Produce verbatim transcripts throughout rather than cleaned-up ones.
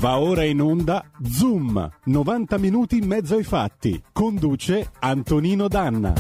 Va ora in onda Zoom, novanta minuti in mezzo ai fatti. Conduce Antonino Danna.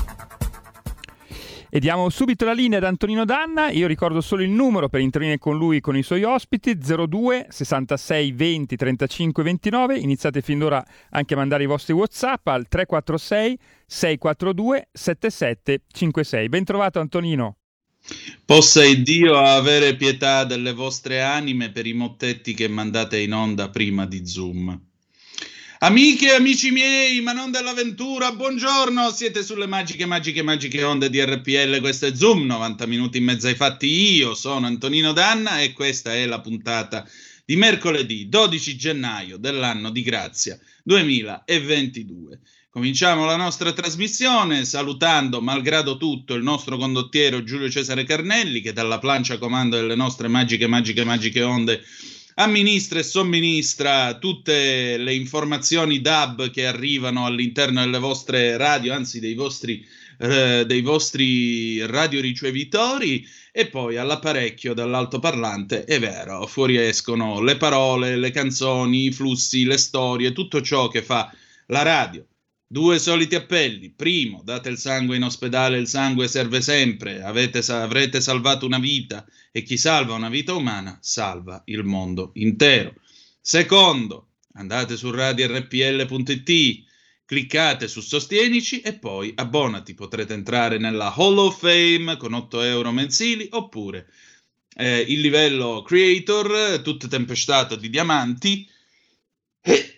E diamo subito la linea ad Antonino Danna. Io ricordo solo il numero per intervenire con lui, con i suoi ospiti: zero due sessantasei venti trentacinque ventinove. Iniziate fin d'ora anche a mandare i vostri WhatsApp al tre quattro sei sei quattro due sette sette cinque sei. Ben trovato Antonino. Possa il Dio avere pietà delle vostre anime per i mottetti che mandate in onda prima di Zoom. Amiche e amici miei, ma non dell'avventura, buongiorno, siete sulle magiche, magiche, magiche onde di R P L, questo è Zoom, novanta minuti in mezzo ai fatti. Io sono Antonino Danna e questa è la puntata di mercoledì dodici gennaio dell'anno di grazia duemilaventidue. Cominciamo la nostra trasmissione salutando, malgrado tutto, il nostro condottiero Giulio Cesare Carnelli, che dalla plancia comando delle nostre magiche, magiche, magiche onde amministra e somministra tutte le informazioni D A B che arrivano all'interno delle vostre radio, anzi dei vostri, eh, dei vostri radioricevitori, e poi all'apparecchio dall'altoparlante, è vero, fuoriescono le parole, le canzoni, i flussi, le storie, tutto ciò che fa la radio. Due soliti appelli: primo, date il sangue in ospedale, il sangue serve sempre, avete, avrete salvato una vita e chi salva una vita umana salva il mondo intero. Secondo, andate su radio R P L punto it, cliccate su Sostienici e poi abbonati, potrete entrare nella Hall of Fame con otto euro mensili, oppure eh, il livello Creator, tutto tempestato di diamanti. Eh,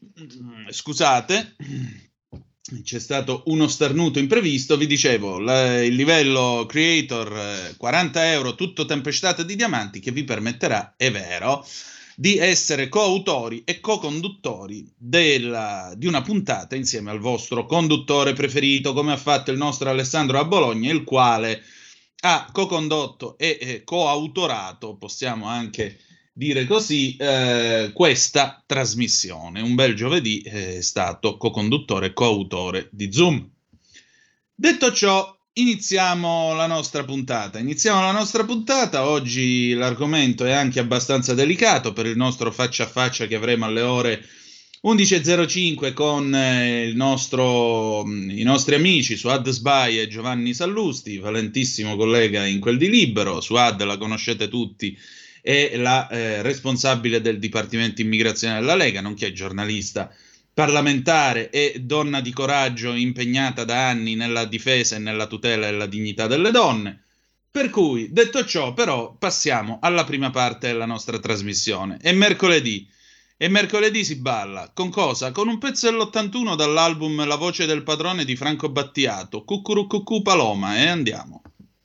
scusate, c'è stato uno starnuto imprevisto, vi dicevo, la, il livello Creator, eh, quaranta euro, tutto tempestato di diamanti, che vi permetterà, è vero, di essere coautori e co-conduttori della, di una puntata insieme al vostro conduttore preferito, come ha fatto il nostro Alessandro a Bologna, il quale ha co-condotto e eh, coautorato, possiamo anche dire così, eh, questa trasmissione. Un bel giovedì è stato co-conduttore e coautore di Zoom. Detto ciò, iniziamo la nostra puntata. Iniziamo la nostra puntata. Oggi l'argomento è anche abbastanza delicato per il nostro faccia a faccia che avremo alle ore undici e zero cinque con eh, il nostro, i nostri amici Suad Sbai e Giovanni Sallusti, valentissimo collega in quel di Libero. Suad la conoscete tutti, è la eh, responsabile del Dipartimento Immigrazione della Lega, nonché giornalista, parlamentare e donna di coraggio impegnata da anni nella difesa e nella tutela della dignità delle donne. Per cui, detto ciò, però, passiamo alla prima parte della nostra trasmissione. È mercoledì, e mercoledì si balla. Con cosa? Con un pezzo dell'ottantuno dall'album La voce del padrone di Franco Battiato, Cucurucucù Paloma, e andiamo.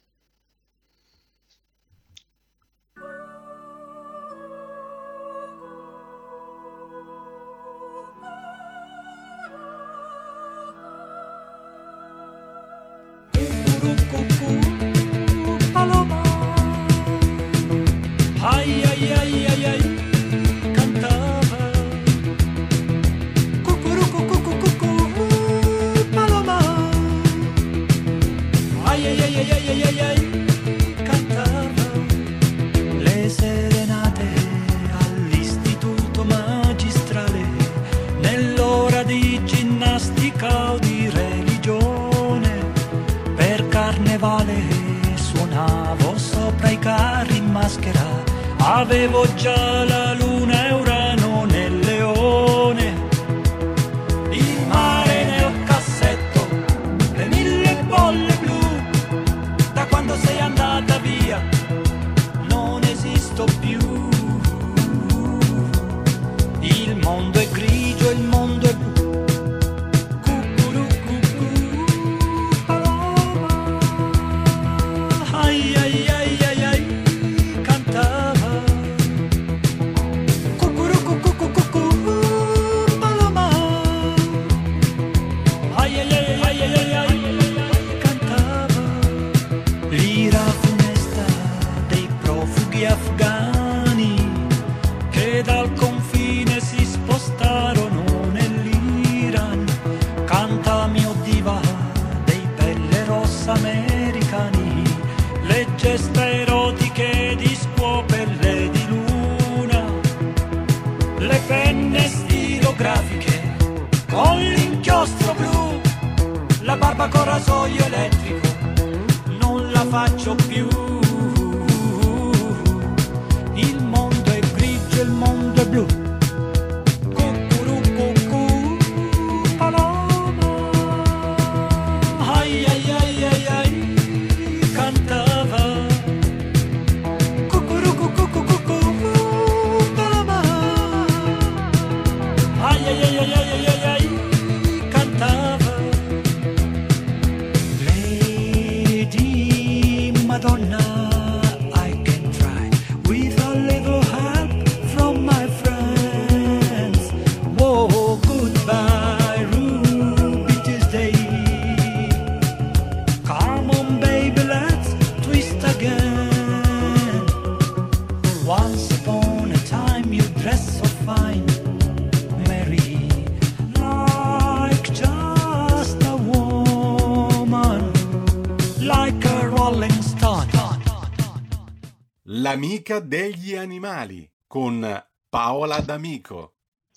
Avevo già la luna e Urano nel leone, il mare nel cassetto, le mille bolle blu. Da quando sei andata via non esisto più. Il mondo è grigio, il mondo è blu. Cucurucucù, paloma. Ai ai ai ai ai, cantava. faccio più. Il mondo è grigio, il mondo è blu. Cucurucucù, paloma. Ai ai ai ai ai, cantava. Cucurucucucucucù, paloma. Ai ai ai ai ai ai ai, cantava. Lady Madonna, I can try with a little help from my friends. Whoa, goodbye, Ruby Tuesday. Come on, baby, let's twist again. Once upon a time you dressed so fine, Mary, like just a woman, like a rolling stone. L'amica degli animali con Paola D'Amico.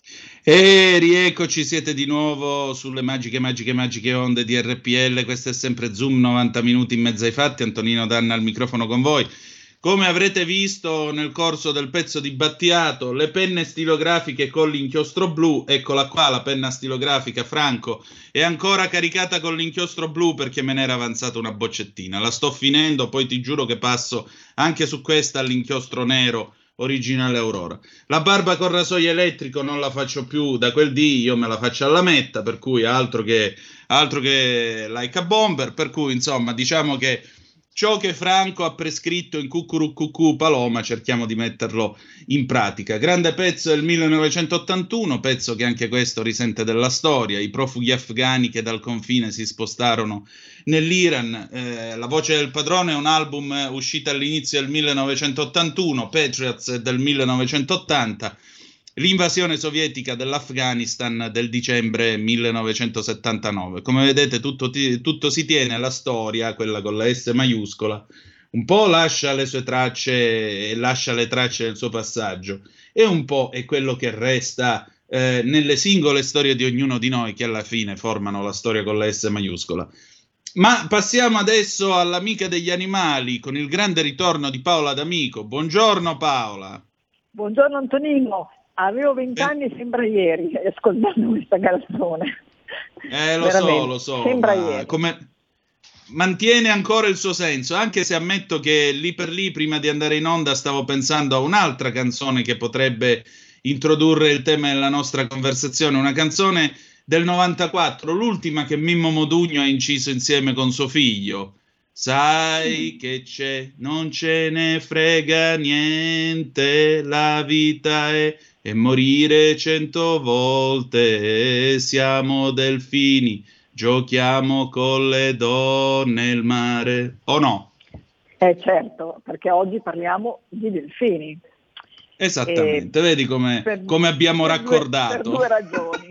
E rieccoci, siete di nuovo sulle magiche, magiche, magiche onde di R P L. Questo è sempre Zoom, novanta minuti in mezzo ai fatti. Antonino Danna al microfono con voi. Come avrete visto nel corso del pezzo di Battiato, le penne stilografiche con l'inchiostro blu, eccola qua la penna stilografica, Franco, è ancora caricata con l'inchiostro blu perché me n'era avanzata una boccettina. La sto finendo, poi ti giuro che passo anche su questa all'inchiostro nero originale Aurora. La barba con rasoio elettrico non la faccio più da quel dì, io me la faccio alla metta, per cui altro che, altro che like a bomber, per cui insomma diciamo che ciò che Franco ha prescritto in Cucurucucù Paloma cerchiamo di metterlo in pratica. Grande pezzo del millenovecentottantuno, pezzo che anche questo risente della storia, i profughi afghani che dal confine si spostarono nell'Iran. Eh, La voce del padrone è un album uscito all'inizio del millenovecentottantuno, Patriots del millenovecentottanta, l'invasione sovietica dell'Afghanistan del dicembre millenovecentosettantanove. Come vedete tutto, tutto si tiene, la storia, quella con la S maiuscola, un po' lascia le sue tracce e lascia le tracce del suo passaggio, e un po' è quello che resta eh, nelle singole storie di ognuno di noi che alla fine formano la storia con la S maiuscola. Ma passiamo adesso all'amica degli animali con il grande ritorno di Paola D'Amico. Buongiorno Paola. Buongiorno Antonino. Avevo vent'anni, eh. sembra ieri, ascoltando questa canzone. Eh, lo Veramente, so, lo so. Sembra ieri. Come... mantiene ancora il suo senso, anche se ammetto che lì per lì, prima di andare in onda, stavo pensando a un'altra canzone che potrebbe introdurre il tema della nostra conversazione, una canzone del novantaquattro, l'ultima che Mimmo Modugno ha inciso insieme con suo figlio. Sai che c'è, non ce ne frega niente, la vita è, è morire cento volte, siamo delfini, giochiamo con le donne il mare, o no? Eh certo, perché oggi parliamo di delfini. Esattamente, eh, vedi come, per, come abbiamo per raccordato. Due, per due ragioni.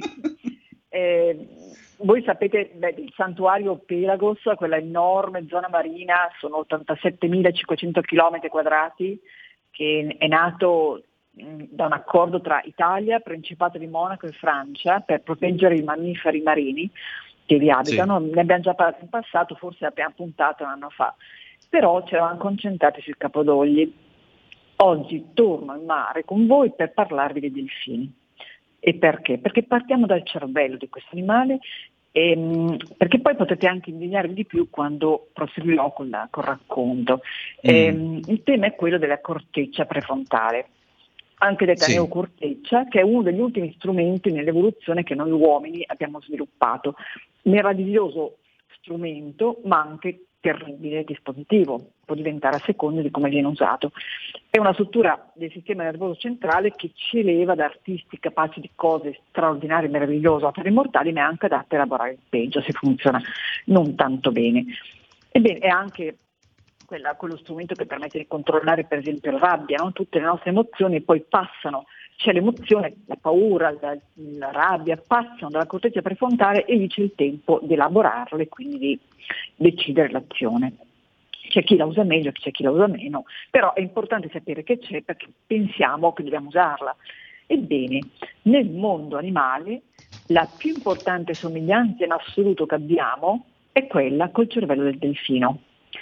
eh, Voi sapete, beh, il santuario Pelagos, quella enorme zona marina, sono ottantasettemilacinquecento chilometri quadrati, che è nato mh, da un accordo tra Italia, Principato di Monaco e Francia per proteggere i mammiferi marini che vi abitano. Sì. Ne abbiamo già parlato in passato, forse l'abbiamo puntato un anno fa, però ci eravamo concentrati sui capodogli. Oggi torno in mare con voi per parlarvi dei delfini. E perché? Perché partiamo dal cervello di questo animale, ehm, perché poi potete anche indignarvi di più quando proseguirò con, la, col racconto. Mm. Ehm, il tema è quello della corteccia prefrontale, anche detta sì. neocorteccia, che è uno degli ultimi strumenti nell'evoluzione che noi uomini abbiamo sviluppato. Meraviglioso strumento, ma anche terribile dispositivo, può diventare a seconda di come viene usato. È una struttura del sistema nervoso centrale che ci eleva da artisti capaci di cose straordinarie, meravigliose, opere immortali, ma anche adatte a elaborare il peggio se funziona non tanto bene. Ebbene, è anche quella, quello strumento che permette di controllare per esempio la rabbia, no? Tutte le nostre emozioni poi passano, c'è l'emozione, la paura, la, la rabbia, passano dalla corteccia prefrontale e lì c'è il tempo di elaborarle e quindi di decidere l'azione. C'è chi la usa meglio, c'è chi la usa meno, però è importante sapere che c'è perché pensiamo che dobbiamo usarla. Ebbene, nel mondo animale la più importante somiglianza in assoluto che abbiamo è quella col cervello del delfino.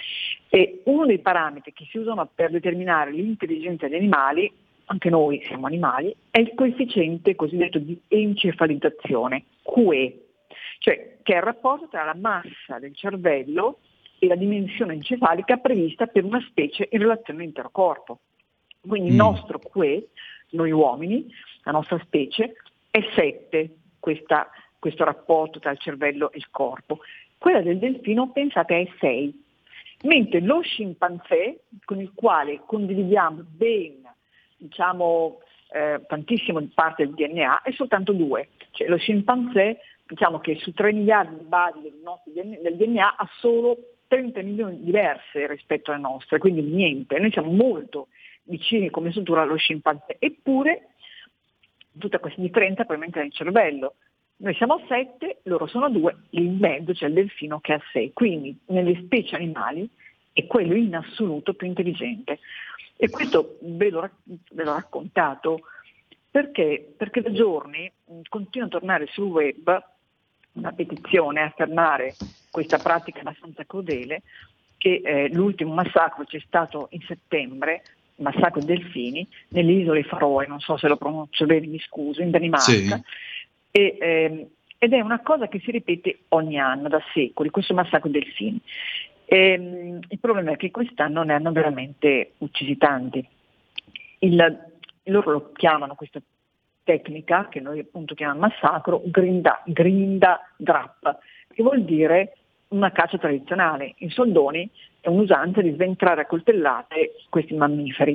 E uno dei parametri che si usano per determinare l'intelligenza degli animali, anche noi siamo animali, è il coefficiente cosiddetto di encefalizzazione, Q E, cioè che è il rapporto tra la massa del cervello e la dimensione encefalica prevista per una specie in relazione all'intero corpo. Quindi mm. il nostro Q E, noi uomini, la nostra specie, è sette, questa, questo rapporto tra il cervello e il corpo. Quella del delfino, pensate, è sei. Mentre lo scimpanzé, con il quale condividiamo ben, diciamo, eh, tantissimo di parte del D N A, è soltanto due. Cioè lo scimpanzé, diciamo che su tre miliardi di basi del, nostro, del D N A ha solo trenta milioni diverse rispetto alle nostre, quindi niente. Noi siamo molto vicini come struttura allo scimpanzé, eppure tutta questa differenza probabilmente nel cervello. Noi siamo a sette, loro sono a due, lì in mezzo c'è il delfino che è a sei, quindi nelle specie animali è quello in assoluto più intelligente. E questo ve l'ho, ve l'ho raccontato perché, perché da giorni continua a tornare sul web una petizione a affermare questa pratica abbastanza crudele, che eh, l'ultimo massacro c'è stato in settembre, il massacro dei delfini, nelle isole Faroe, non so se lo pronuncio bene, mi scuso, in Danimarca, sì. e, eh, ed è una cosa che si ripete ogni anno, da secoli, questo massacro dei delfini. E, il problema è che quest'anno ne hanno veramente uccisi tanti. Il, loro lo chiamano questa tecnica, che noi appunto chiamiamo massacro, grinda, grinda drap, che vuol dire una caccia tradizionale. In soldoni è un'usanza di sventrare a coltellate questi mammiferi.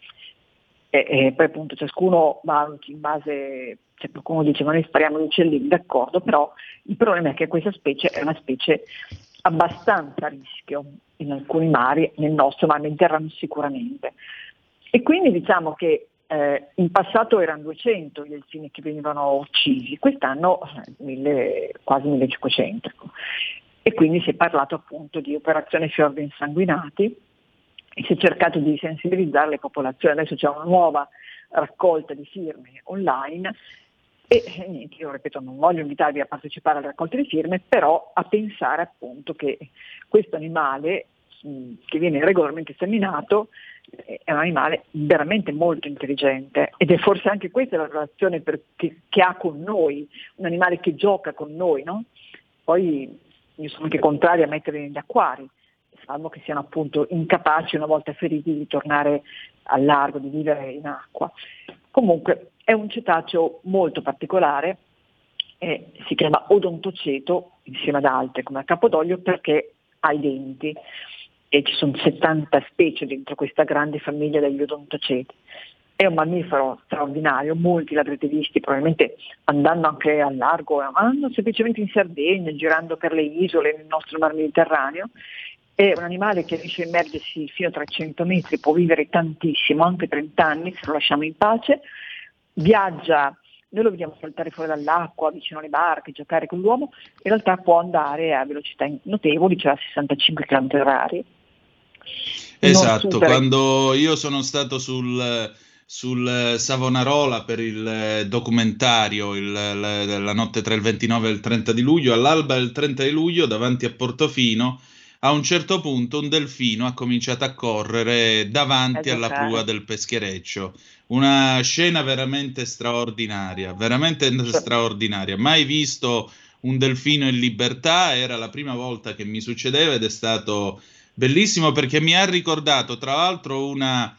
E, e poi appunto ciascuno valuti in base, cioè qualcuno dice ma noi spariamo gli uccellini, d'accordo, però il problema è che questa specie è una specie abbastanza a rischio in alcuni mari, nel nostro mar Mediterraneo sicuramente. E quindi diciamo che eh, in passato erano duecento i delfini che venivano uccisi, quest'anno mille, quasi millecinquecento. E quindi si è parlato appunto di operazione fiordi insanguinati e si è cercato di sensibilizzare le popolazioni. Adesso c'è una nuova raccolta di firme online e, e niente, io ripeto, non voglio invitarvi a partecipare alle raccolte di firme, però a pensare appunto che questo animale mh, che viene regolarmente seminato è un animale veramente molto intelligente ed è forse anche questa la relazione per, che, che ha con noi, un animale che gioca con noi, no? Poi io sono anche contraria a metterli negli acquari, salvo che siano appunto incapaci una volta feriti di tornare al largo, di vivere in acqua. Comunque è un cetaceo molto particolare, eh, si chiama odontoceto insieme ad altre come il capodoglio perché ha i denti e ci sono settanta specie dentro questa grande famiglia degli odontoceti. È un mammifero straordinario, molti l'avrete visti probabilmente andando anche al largo, andando semplicemente in Sardegna, girando per le isole nel nostro mar Mediterraneo. È un animale che riesce a immergersi fino a trecento metri, può vivere tantissimo, anche trenta anni se lo lasciamo in pace, viaggia, noi lo vediamo saltare fuori dall'acqua, vicino alle barche, giocare con l'uomo, in realtà può andare a velocità notevoli, cioè a sessantacinque chilometri orari. Esatto, super... quando io sono stato sul... sul Savonarola per il documentario il, la, la notte tra il ventinove e il trenta di luglio, all'alba del trenta di luglio davanti a Portofino a un certo punto un delfino ha cominciato a correre davanti alla prua del peschereccio, una scena veramente straordinaria, veramente straordinaria, mai visto un delfino in libertà, era la prima volta che mi succedeva ed è stato bellissimo perché mi ha ricordato tra l'altro una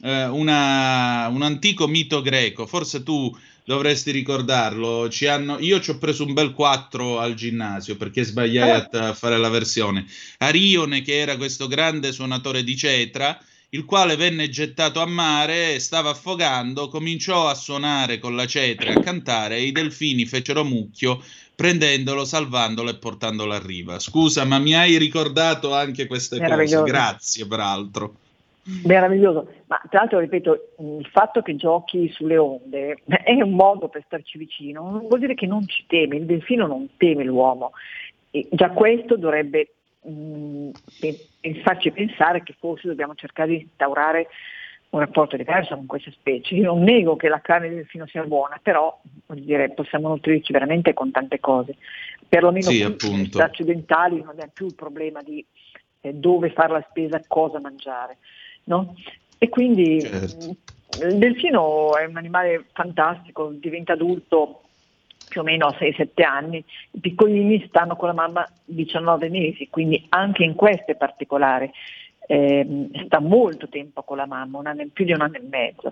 Una, un antico mito greco, forse tu dovresti ricordarlo. Ci hanno, io ci ho preso un bel quattro al ginnasio perché sbagliai a, a fare la versione. Arione, che era questo grande suonatore di cetra, il quale venne gettato a mare, stava affogando, cominciò a suonare con la cetra e a cantare e i delfini fecero mucchio prendendolo, salvandolo e portandolo a riva. Scusa, ma mi hai ricordato anche queste cose, grazie peraltro. Meraviglioso, ma tra l'altro ripeto, il fatto che giochi sulle onde è un modo per starci vicino, non vuol dire che non ci teme, il delfino non teme l'uomo, e già questo dovrebbe mh, farci pensare che forse dobbiamo cercare di instaurare un rapporto diverso con queste specie. Io non nego che la carne del delfino sia buona, però voglio dire, possiamo nutrirci veramente con tante cose, perlomeno sì, qui, nelle città occidentali non è più il problema di eh, dove fare la spesa, cosa mangiare, no? E quindi certo. mh, il delfino è un animale fantastico, diventa adulto più o meno a sei sette anni, i piccolini stanno con la mamma diciannove mesi, quindi anche in questo è particolare. Eh, sta molto tempo con la mamma, un anno, più di un anno e mezzo,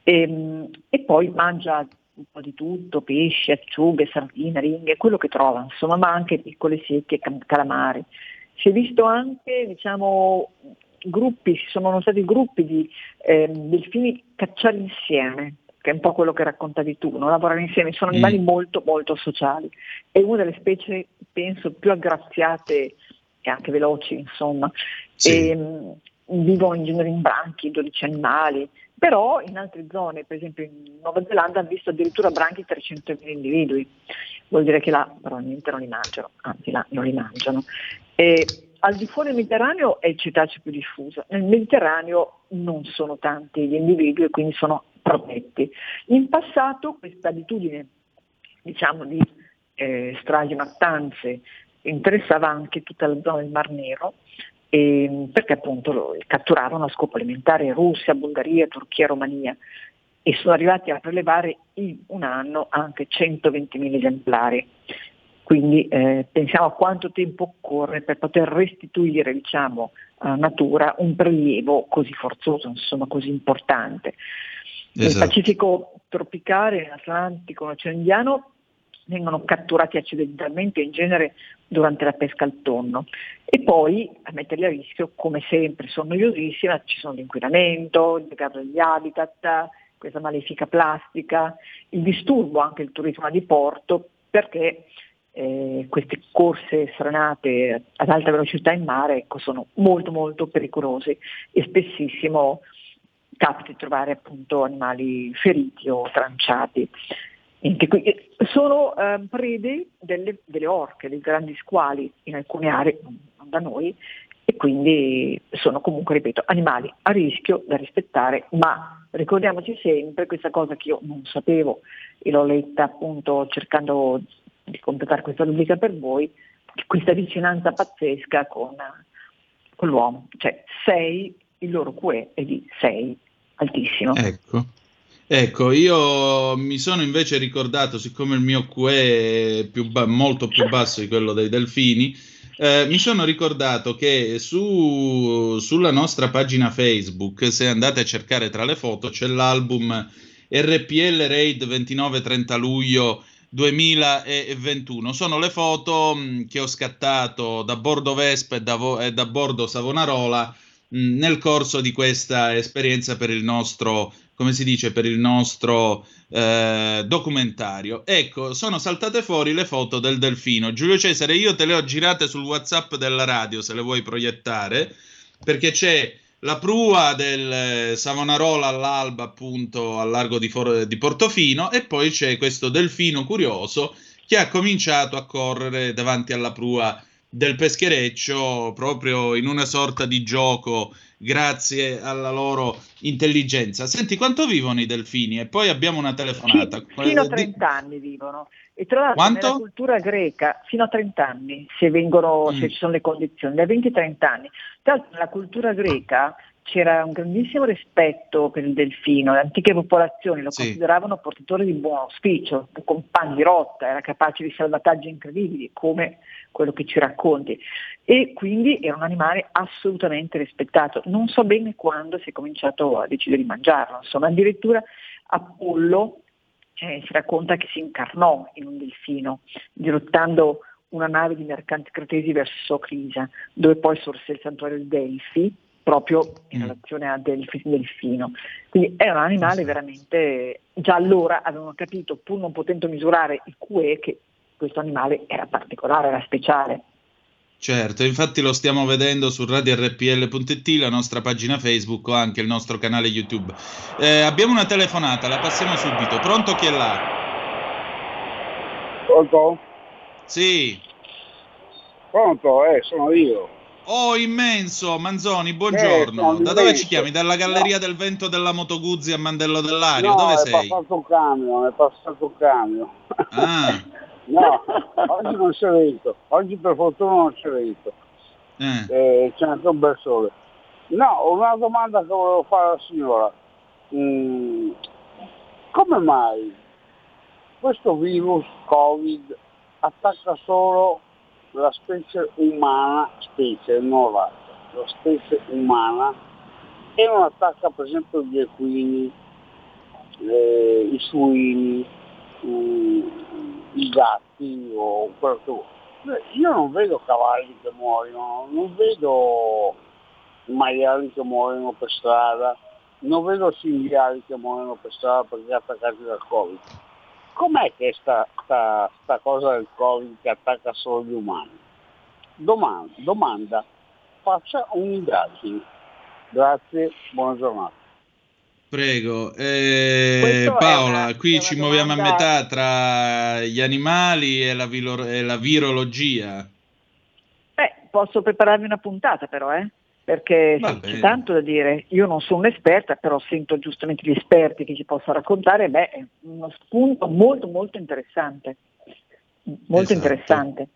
e, e poi mangia un po' di tutto, pesce, acciughe, sardine, ringhe, quello che trova, insomma, ma anche piccole secche, calamari. Si è visto anche, diciamo, gruppi, ci sono stati gruppi di eh, delfini cacciare insieme, che è un po' quello che raccontavi tu, no? Lavorare insieme, sono animali mm. molto molto sociali, è una delle specie, penso, più aggraziate e anche veloci, insomma. Sì. E, mh, vivono in genere in branchi, dodici animali, però in altre zone, per esempio in Nuova Zelanda, hanno visto addirittura branchi di trecentomila individui, vuol dire che là probabilmente non li mangiano, anzi là non li mangiano. E al di fuori del Mediterraneo è il cetaceo più diffuso, nel Mediterraneo non sono tanti gli individui e quindi sono protetti. In passato questa abitudine, diciamo, di eh, stragi, mattanze, interessava anche tutta la zona del Mar Nero, e, perché appunto lo catturavano a scopo alimentare Russia, Bulgaria, Turchia, Romania, e sono arrivati a prelevare in un anno anche centoventimila esemplari. Quindi eh, pensiamo a quanto tempo occorre per poter restituire, diciamo, alla natura un prelievo così forzoso, insomma così importante. Esatto. Nel Pacifico tropicale, nell'Atlantico, nell'Oceano Indiano vengono catturati accidentalmente, in genere durante la pesca al tonno, e poi a metterli a rischio, come sempre, sono noiosissime, ci sono l'inquinamento, il degrado degli habitat, questa malefica plastica, il disturbo anche il turismo di porto, perché eh, queste corse sfrenate ad alta velocità in mare, ecco, sono molto molto pericolose e spessissimo capita di trovare appunto animali feriti o tranciati. Sono eh, prede delle, delle orche, dei grandi squali in alcune aree, non da noi, e quindi sono comunque, ripeto, animali a rischio da rispettare, ma ricordiamoci sempre questa cosa che io non sapevo e l'ho letta appunto cercando di completare questa rubrica per voi, questa vicinanza pazzesca con, con l'uomo, cioè sei, il loro Q E è di sei, altissimo. Ecco. Ecco, io mi sono invece ricordato, siccome il mio Q E è più ba- molto più basso di quello dei delfini, eh, mi sono ricordato che su, sulla nostra pagina Facebook, se andate a cercare tra le foto, c'è l'album R P L Raid ventinove trenta luglio duemilaventuno. Sono le foto mh, che ho scattato da bordo Vespa e da, vo- e da bordo Savonarola mh, nel corso di questa esperienza per il nostro, come si dice, per il nostro eh, documentario. Ecco, sono saltate fuori le foto del delfino. Giulio Cesare, io te le ho girate sul WhatsApp della radio, se le vuoi proiettare, perché c'è la prua del Savonarola all'alba, appunto, al largo di, For- di Portofino, e poi c'è questo delfino curioso che ha cominciato a correre davanti alla prua del peschereccio, proprio in una sorta di gioco, grazie alla loro intelligenza. Senti, quanto vivono i delfini? E poi abbiamo una telefonata. Sì, fino a trenta anni vivono. E tra l'altro Quanto? nella cultura greca, fino a trenta anni, se vengono, mm. se ci sono le condizioni, da venti a trenta anni. Tra l'altro nella cultura greca c'era un grandissimo rispetto per il delfino, le antiche popolazioni lo sì. consideravano portatore di buon auspicio, un compagno di rotta, era capace di salvataggi incredibili, come quello che ci racconti, e quindi era un animale assolutamente rispettato. Non so bene quando si è cominciato a decidere di mangiarlo, insomma, addirittura Apollo eh, si racconta che si incarnò in un delfino, dirottando una nave di mercanti cretesi verso Crisa, dove poi sorse il santuario di Delfi, proprio in relazione a Delfi, delfino. Quindi è un animale veramente, già allora avevano capito, pur non potendo misurare il Q E, che questo animale era particolare, era speciale. Certo, infatti lo stiamo vedendo su radio R P L punto it, la nostra pagina Facebook o anche il nostro canale YouTube. Eh, abbiamo una telefonata, la passiamo subito. Pronto, chi è là? Pronto? Sì. Pronto, eh, sono io. Oh, immenso, Manzoni, buongiorno. Eh, da dove ci chiami? Dalla Galleria no. del Vento della Moto Guzzi a Mandello dell'Ario? No, dove è sei? È passato un camion, è passato un camion. Ah. No, oggi non c'è vento. Oggi per fortuna non c'è vento. Eh. Eh, c'è anche un bel sole. No, una domanda che volevo fare alla signora. Mm, come mai questo virus Covid attacca solo la specie umana, specie, non razza, la specie umana, e non attacca per esempio gli equini, eh, i suini, mm, i gatti o quello che vuoi. Io non vedo cavalli che muoiono, non vedo maiali che muoiono per strada, non vedo cinghiali che muoiono per strada perché attaccati dal Covid. Com'è che sta, sta, sta cosa del Covid che attacca solo gli umani? Domanda, domanda, faccia un'indagine. Grazie, buona giornata. Prego. Eh, Paola, una, qui ci muoviamo domanda... a metà tra gli animali e la, vilo- e la virologia. Beh, posso prepararmi una puntata però, eh? Perché sì, c'è tanto da dire. Io non sono un'esperta, però sento giustamente gli esperti che ci possono raccontare. Beh, è uno spunto molto molto interessante. Molto esatto. interessante.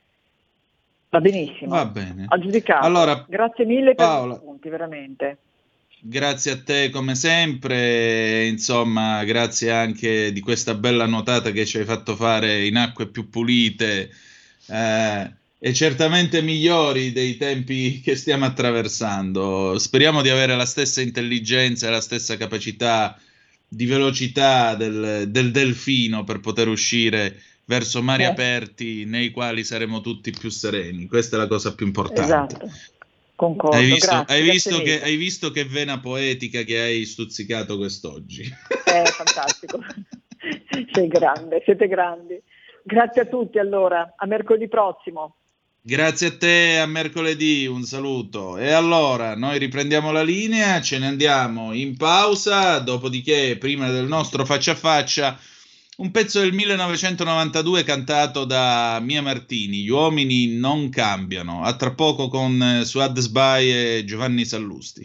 Va benissimo. Va bene. Ho giudicato. Allora, grazie mille per Paola, gli spunti, veramente. Grazie a te come sempre, insomma, grazie anche di questa bella nuotata che ci hai fatto fare in acque più pulite eh, e certamente migliori dei tempi che stiamo attraversando. Speriamo di avere la stessa intelligenza e la stessa capacità di velocità del, del delfino per poter uscire verso mari eh. aperti nei quali saremo tutti più sereni. Questa è la cosa più importante. Esatto. Concordo, hai visto, grazie, hai, visto grazie che, hai visto che vena poetica che hai stuzzicato quest'oggi? È fantastico. Sei grande, siete grandi. Grazie a tutti allora, a mercoledì prossimo. Grazie a te, a mercoledì, un saluto. E allora, noi riprendiamo la linea, ce ne andiamo in pausa, dopodiché, prima del nostro faccia a faccia, un pezzo del millenovecentonovantadue cantato da Mia Martini, Gli uomini non cambiano. A tra poco con Suad Sbai e Giovanni Sallusti.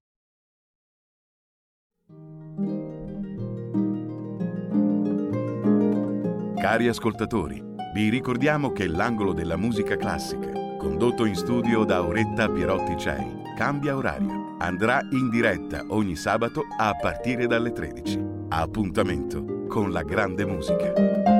Cari ascoltatori, vi ricordiamo che l'angolo della musica classica, condotto in studio da Auretta Pierotti Cei, cambia orario. Andrà in diretta ogni sabato a partire dalle tredici. Appuntamento con la grande musica.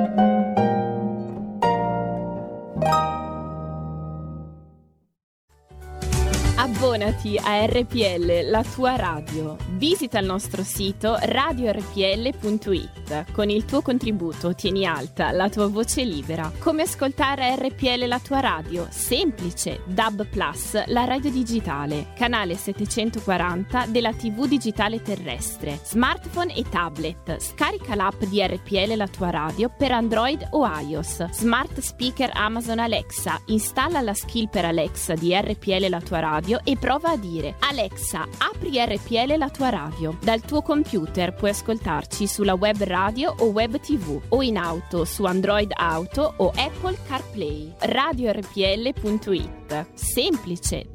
Abbonati a R P L, la tua radio. Visita il nostro sito radio r p l punto i t. Con il tuo contributo tieni alta la tua voce libera. Come ascoltare R P L, la tua radio? Semplice. D A B Plus, la radio digitale. Canale settecentoquaranta della tivù digitale terrestre. Smartphone e tablet. Scarica l'app di R P L, la tua radio per Android o iOS. Smart speaker Amazon Alexa. Installa la skill per Alexa di R P L, la tua radio e prova a dire: Alexa, apri R P L, la tua radio. Dal tuo computer puoi ascoltarci sulla web radio o web tv o in auto su Android Auto o Apple CarPlay. radio r p l punto i t. Semplice.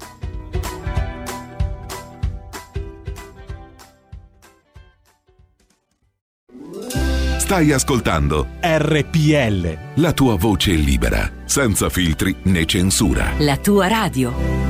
Stai ascoltando R P L, la tua voce libera, senza filtri né censura. La tua radio.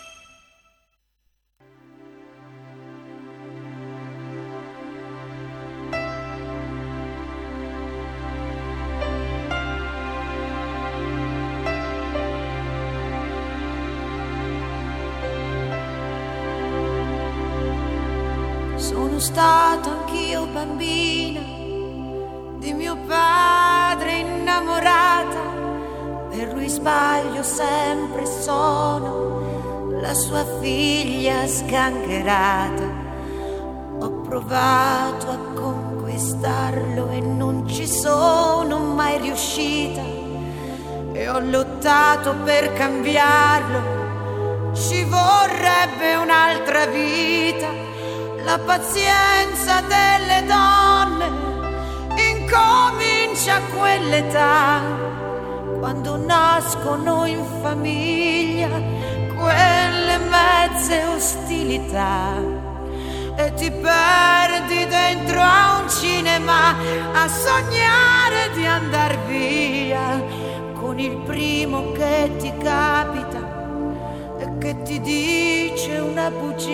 Sono stata anch'io bambina di mio padre innamorata, per lui sbaglio sempre sono la sua figlia sgangherata. Ho provato a conquistarlo e non ci sono mai riuscita, e ho lottato per cambiarlo, ci vorrebbe un'altra vita. La pazienza delle donne incomincia a quell'età, quando nascono in famiglia quelle mezze ostilità, e ti perdi dentro a un cinema a sognare di andar via con il primo che ti capita, e che ti dice una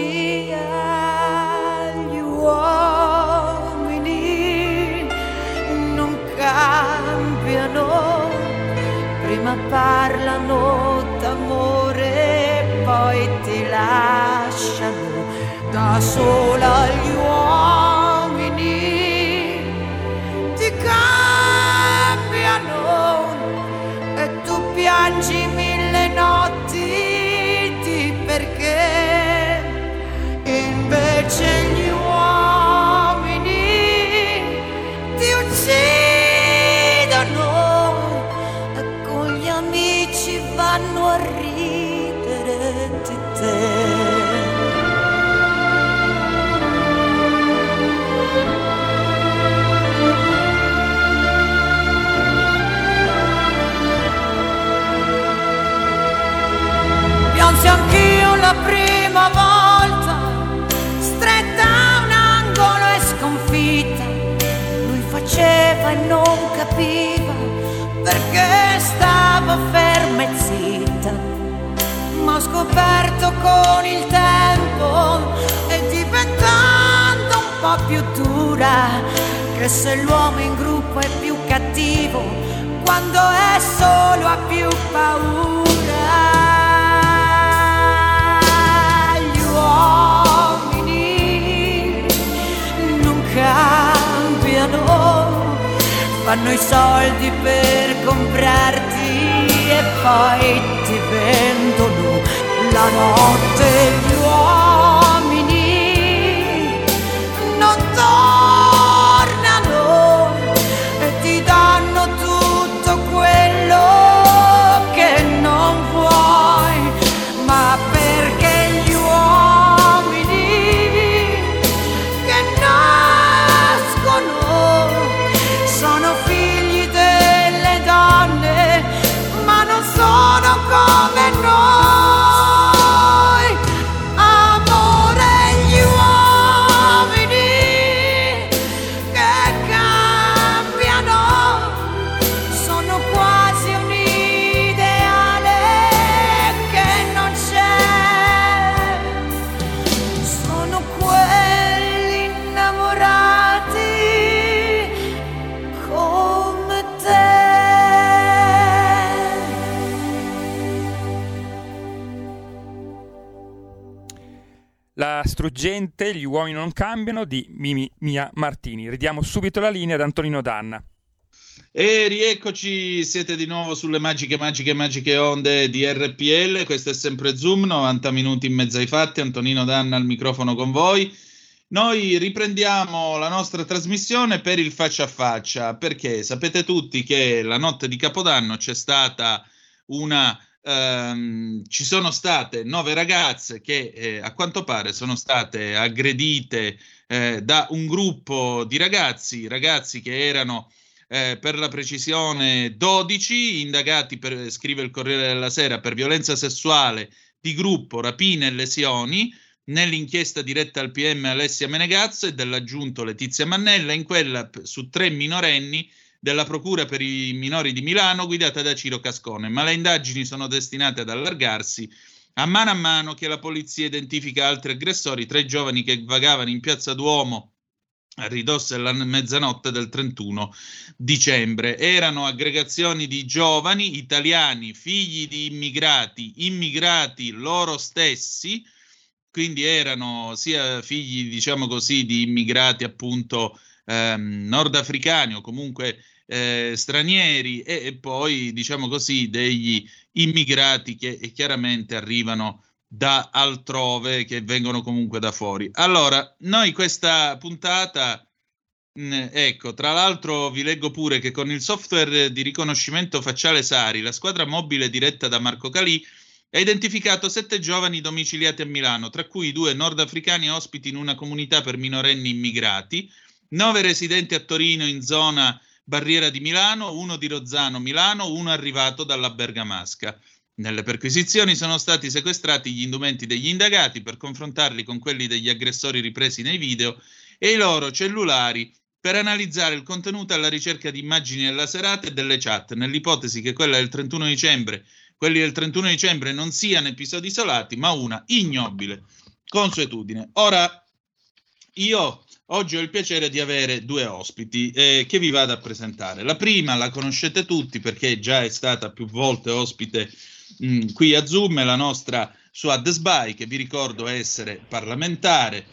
bugia. Gli uomini non cambiano, prima parlano d'amore, poi ti lasciano da sola. Gli uomini ti cambiano e tu piangi mille notti di perché. Invece gli uomini ti uccidono e con gli amici vanno a ridere di te. Piansi anch'io la prima volta, stretta a un angolo e sconfitta. Lui faceva e non capiva perché stava ferma e zitta. Ma ho scoperto con il tempo e diventando un po' più dura che se l'uomo in gruppo è più cattivo, quando è solo ha più paura. Uomini non cambiano, fanno i soldi per comprarti e poi ti vendono la notte. Gli uomini non tornano e ti danno tutto quello che non vuoi, ma perché gli sono figli delle donne, ma non sono come noi. Amore, gli uomini che cambiano sono quasi un ideale che non c'è. Sono quelli innamorati come te. La struggente Gli uomini non cambiano di Mimi Mia Martini. Ridiamo subito la linea ad Antonino Danna. E rieccoci, siete di nuovo sulle magiche, magiche, magiche onde di R P L. Questo è sempre Zoom, novanta minuti in mezzo ai fatti. Antonino Danna al microfono con voi. Noi riprendiamo la nostra trasmissione per il faccia a faccia, perché sapete tutti che la notte di Capodanno c'è stata una... Ehm, ci sono state nove ragazze che eh, a quanto pare sono state aggredite eh, da un gruppo di ragazzi, ragazzi che erano eh, per la precisione dodici, indagati per, scrive il Corriere della Sera, per violenza sessuale di gruppo, rapine e lesioni, nell'inchiesta diretta al P M Alessia Menegazzo e dell'aggiunto Letizia Mannella, in quella su tre minorenni della Procura per i minori di Milano guidata da Ciro Cascone, ma le indagini sono destinate ad allargarsi a mano a mano che la polizia identifica altri aggressori, tre giovani che vagavano in Piazza Duomo a ridosso della mezzanotte del trentuno dicembre. Erano aggregazioni di giovani italiani, figli di immigrati, immigrati loro stessi, quindi erano sia figli, diciamo così, di immigrati appunto ehm, nordafricani o comunque eh, stranieri e, e poi, diciamo così, degli immigrati che eh, chiaramente arrivano da altrove, che vengono comunque da fuori. Allora, noi questa puntata, mh, ecco, tra l'altro vi leggo pure che con il software di riconoscimento facciale Sari, la squadra mobile diretta da Marco Calì ha identificato sette giovani domiciliati a Milano, tra cui due nordafricani ospiti in una comunità per minorenni immigrati, nove residenti a Torino in zona Barriera di Milano, uno di Rozzano Milano, uno arrivato dalla Bergamasca. Nelle perquisizioni sono stati sequestrati gli indumenti degli indagati per confrontarli con quelli degli aggressori ripresi nei video e i loro cellulari per analizzare il contenuto alla ricerca di immagini della serata e delle chat, nell'ipotesi che quella del trentuno dicembre, quelli del trentuno dicembre non siano episodi isolati, ma una ignobile consuetudine. Ora, io oggi ho il piacere di avere due ospiti eh, che vi vado a presentare. La prima la conoscete tutti perché già è stata più volte ospite mh, qui a Zoom, è la nostra Suad Sbai, che vi ricordo essere parlamentare,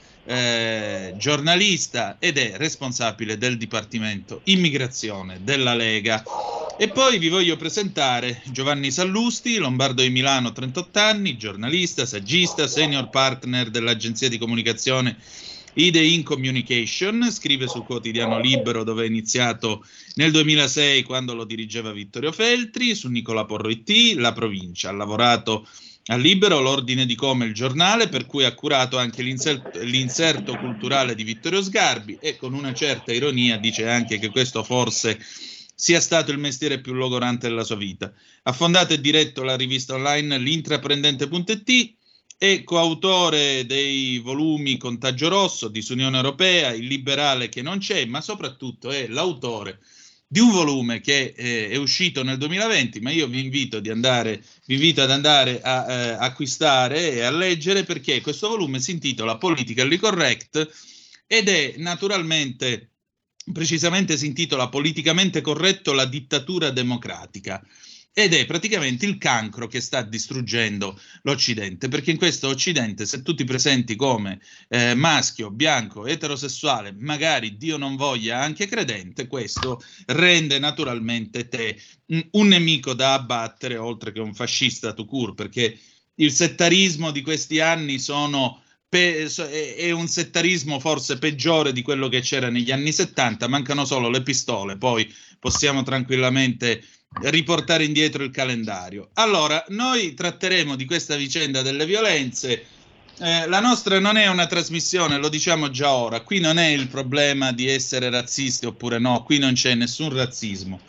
eh, giornalista ed è responsabile del Dipartimento Immigrazione della Lega. E poi vi voglio presentare Giovanni Sallusti, lombardo di Milano, trentotto anni, giornalista, saggista, senior partner dell'agenzia di comunicazione Idein Communication, scrive sul quotidiano Libero dove è iniziato nel duemilasei quando lo dirigeva Vittorio Feltri, su Nicola Porro I T, La Provincia. Ha lavorato a Libero, l'Ordine di Come, il giornale, per cui ha curato anche l'inserto, l'inserto culturale di Vittorio Sgarbi e con una certa ironia dice anche che questo forse sia stato il mestiere più logorante della sua vita. Ha fondato e diretto la rivista online l'intraprendente punto it, è coautore dei volumi Contagio Rosso, Disunione Europea, Il liberale che non c'è, ma soprattutto è l'autore di un volume che eh, è uscito nel duemilaventi, ma io vi invito, di andare, vi invito ad andare a eh, acquistare e a leggere, perché questo volume si intitola Politically Correct ed è naturalmente, precisamente si intitola Politicamente corretto, la dittatura democratica. Ed è praticamente il cancro che sta distruggendo l'Occidente, perché in questo Occidente, se tu ti presenti come eh, maschio, bianco, eterosessuale, magari Dio non voglia anche credente, questo rende naturalmente te un, un nemico da abbattere, oltre che un fascista tout court, perché il settarismo di questi anni sono Pe- è un settarismo forse peggiore di quello che c'era negli anni settanta, mancano solo le pistole, poi possiamo tranquillamente riportare indietro il calendario. Allora, noi tratteremo di questa vicenda delle violenze. Eh, la nostra non è una trasmissione, lo diciamo già ora, qui non è il problema di essere razzisti oppure no, qui non c'è nessun razzismo.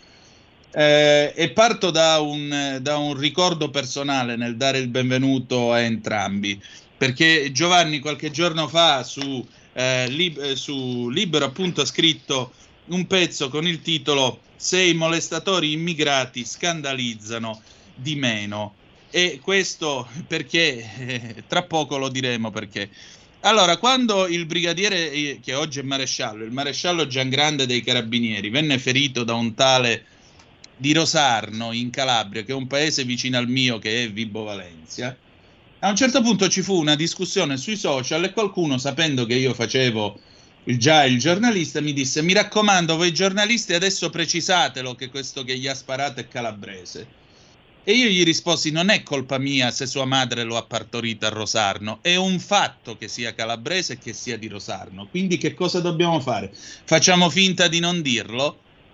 Eh, e parto da un, da un ricordo personale nel dare il benvenuto a entrambi, perché Giovanni qualche giorno fa su, eh, lib- su Libero appunto ha scritto un pezzo con il titolo Se i molestatori immigrati scandalizzano di meno, e questo perché eh, tra poco lo diremo perché. Allora, quando il brigadiere, eh, che oggi è maresciallo, il maresciallo Giangrande dei Carabinieri, venne ferito da un tale di Rosarno in Calabria, che è un paese vicino al mio, che è Vibo Valentia, a un certo punto ci fu una discussione sui social e qualcuno, sapendo che io facevo il, già il giornalista, mi disse: mi raccomando, voi giornalisti adesso precisatelo che questo che gli ha sparato è calabrese. E io gli risposi: non è colpa mia se sua madre lo ha partorito a Rosarno, è un fatto che sia calabrese e che sia di Rosarno, quindi che cosa dobbiamo fare? Facciamo finta di non dirlo?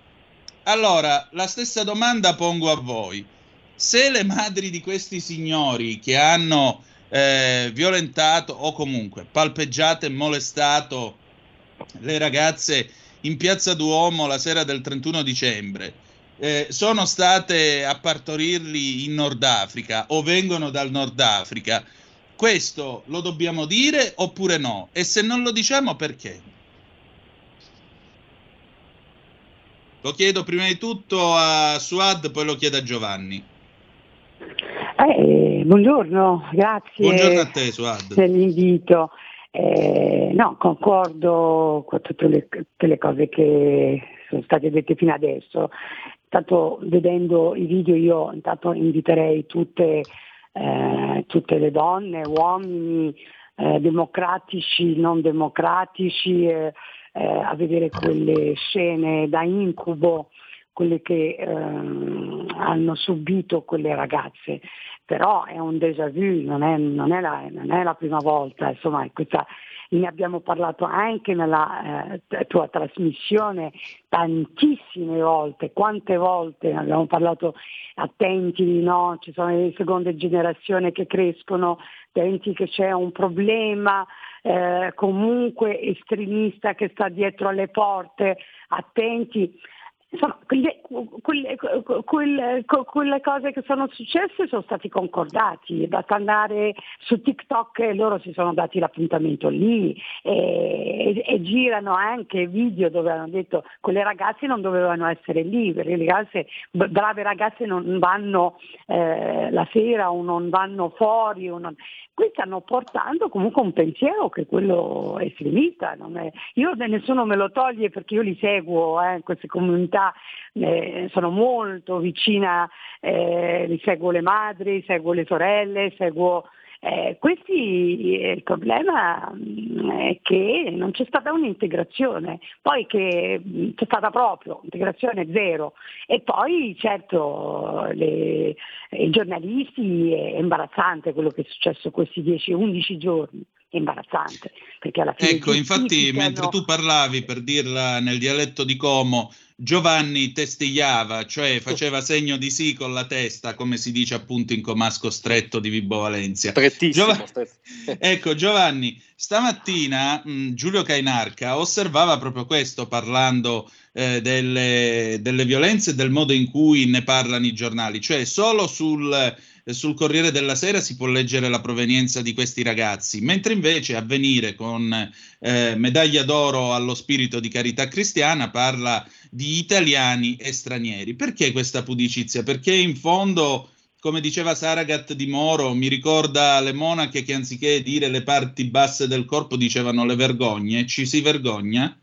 Allora, la stessa domanda pongo a voi. Se le madri di questi signori che hanno eh, violentato o comunque palpeggiato e molestato le ragazze in Piazza Duomo la sera del trentuno dicembre eh, sono state a partorirli in Nord Africa o vengono dal Nord Africa, questo lo dobbiamo dire oppure no? E se non lo diciamo, perché? Lo chiedo prima di tutto a Suad, poi lo chiedo a Giovanni. Eh, buongiorno, grazie Buongiorno a te, Suad, per l'invito. Eh, no, concordo con tutte le, tutte le cose che sono state dette fino adesso. Intanto, vedendo i video, io intanto inviterei tutte, eh, tutte le donne, uomini, eh, democratici, non democratici, eh, eh, a vedere quelle scene da incubo, quelle che eh, hanno subito quelle ragazze. Però è un déjà vu, non è, non è, la, non è la prima volta, insomma, questa, ne abbiamo parlato anche nella eh, tua trasmissione tantissime volte. Quante volte abbiamo parlato? Attenti, no? Ci sono le seconde generazioni che crescono, attenti che c'è un problema eh, comunque estremista che sta dietro alle porte, attenti. Insomma, quelle, quelle, quelle, quelle cose che sono successe sono stati concordati, basta andare su TikTok e loro si sono dati l'appuntamento lì e, e, e girano anche video dove hanno detto che quelle ragazze non dovevano essere lì, perché le ragazze, brave ragazze non vanno eh, la sera o non vanno fuori o non... Qui stanno portando comunque un pensiero che quello è estremista, non è... io nessuno me lo toglie perché io li seguo, eh, queste comunità, eh, sono molto vicina, eh, li seguo le madri, seguo le sorelle, seguo... Eh, questi, eh, il problema mh, è che non c'è stata un'integrazione, poi che mh, c'è stata proprio integrazione zero e poi certo le, i giornalisti è imbarazzante quello che è successo questi dieci undici giorni, è imbarazzante perché alla fine ecco infatti mentre tu parlavi, per dirla nel dialetto di Como, Giovanni testigliava, cioè faceva segno di sì con la testa, come si dice appunto in comasco stretto di Vibo Valencia. Strettissimo. Giov- ecco Giovanni, stamattina mh, Giulio Cainarca osservava proprio questo, parlando eh, delle, delle violenze e del modo in cui ne parlano i giornali, cioè solo sul... sul Corriere della Sera si può leggere la provenienza di questi ragazzi, mentre invece Avvenire con eh, medaglia d'oro allo spirito di carità cristiana parla di italiani e stranieri. Perché questa pudicizia? Perché in fondo, come diceva Saragat di Moro, mi ricorda le monache che anziché dire le parti basse del corpo dicevano le vergogne. Ci si vergogna?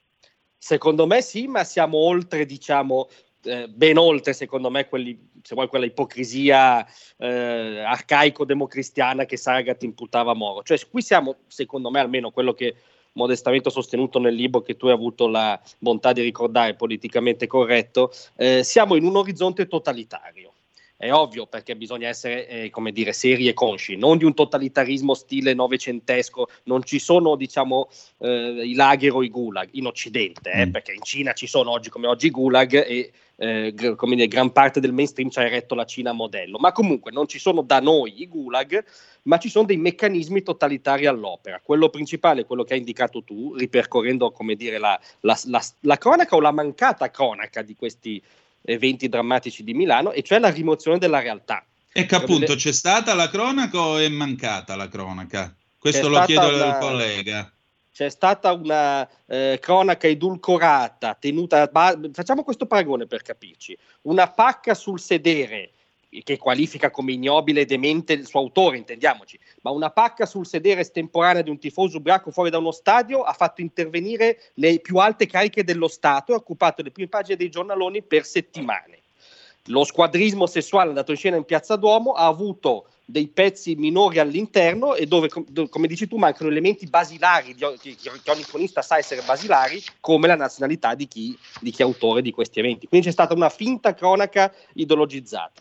Secondo me sì, ma siamo oltre, diciamo, eh, ben oltre, secondo me, quelli, se vuoi, quella ipocrisia eh, arcaico-democristiana che Saragat imputava a Moro. Cioè, qui siamo, secondo me, almeno quello che modestamente ho sostenuto nel libro che tu hai avuto la bontà di ricordare, politicamente corretto, eh, siamo in un orizzonte totalitario. È ovvio, perché bisogna essere, eh, come dire, seri e consci, non di un totalitarismo stile novecentesco, non ci sono, diciamo, eh, i lager o i gulag in Occidente, eh, mm. perché in Cina ci sono oggi come oggi i gulag e eh, g- come dire, gran parte del mainstream ci ha eretto la Cina modello, ma comunque non ci sono da noi i gulag, ma ci sono dei meccanismi totalitari all'opera. Quello principale è quello che hai indicato tu, ripercorrendo, come dire, la, la, la, la cronaca o la mancata cronaca di questi eventi drammatici di Milano, e cioè la rimozione della realtà. Ecco, appunto, c'è stata la cronaca o è mancata la cronaca? Questo c'è lo chiedo una, al collega. C'è stata una eh, cronaca edulcorata, tenuta, ba- facciamo questo paragone per capirci, una pacca sul sedere, che qualifica come ignobile e demente il suo autore, intendiamoci, ma una pacca sul sedere estemporanea di un tifoso ubriaco fuori da uno stadio ha fatto intervenire le più alte cariche dello Stato e ha occupato le prime pagine dei giornaloni per settimane. Lo squadrismo sessuale andato in scena in Piazza Duomo ha avuto dei pezzi minori all'interno e dove, come dici tu, mancano elementi basilari di, che, che ogni cronista sa essere basilari, come la nazionalità di chi, di chi è autore di questi eventi. Quindi c'è stata una finta cronaca ideologizzata.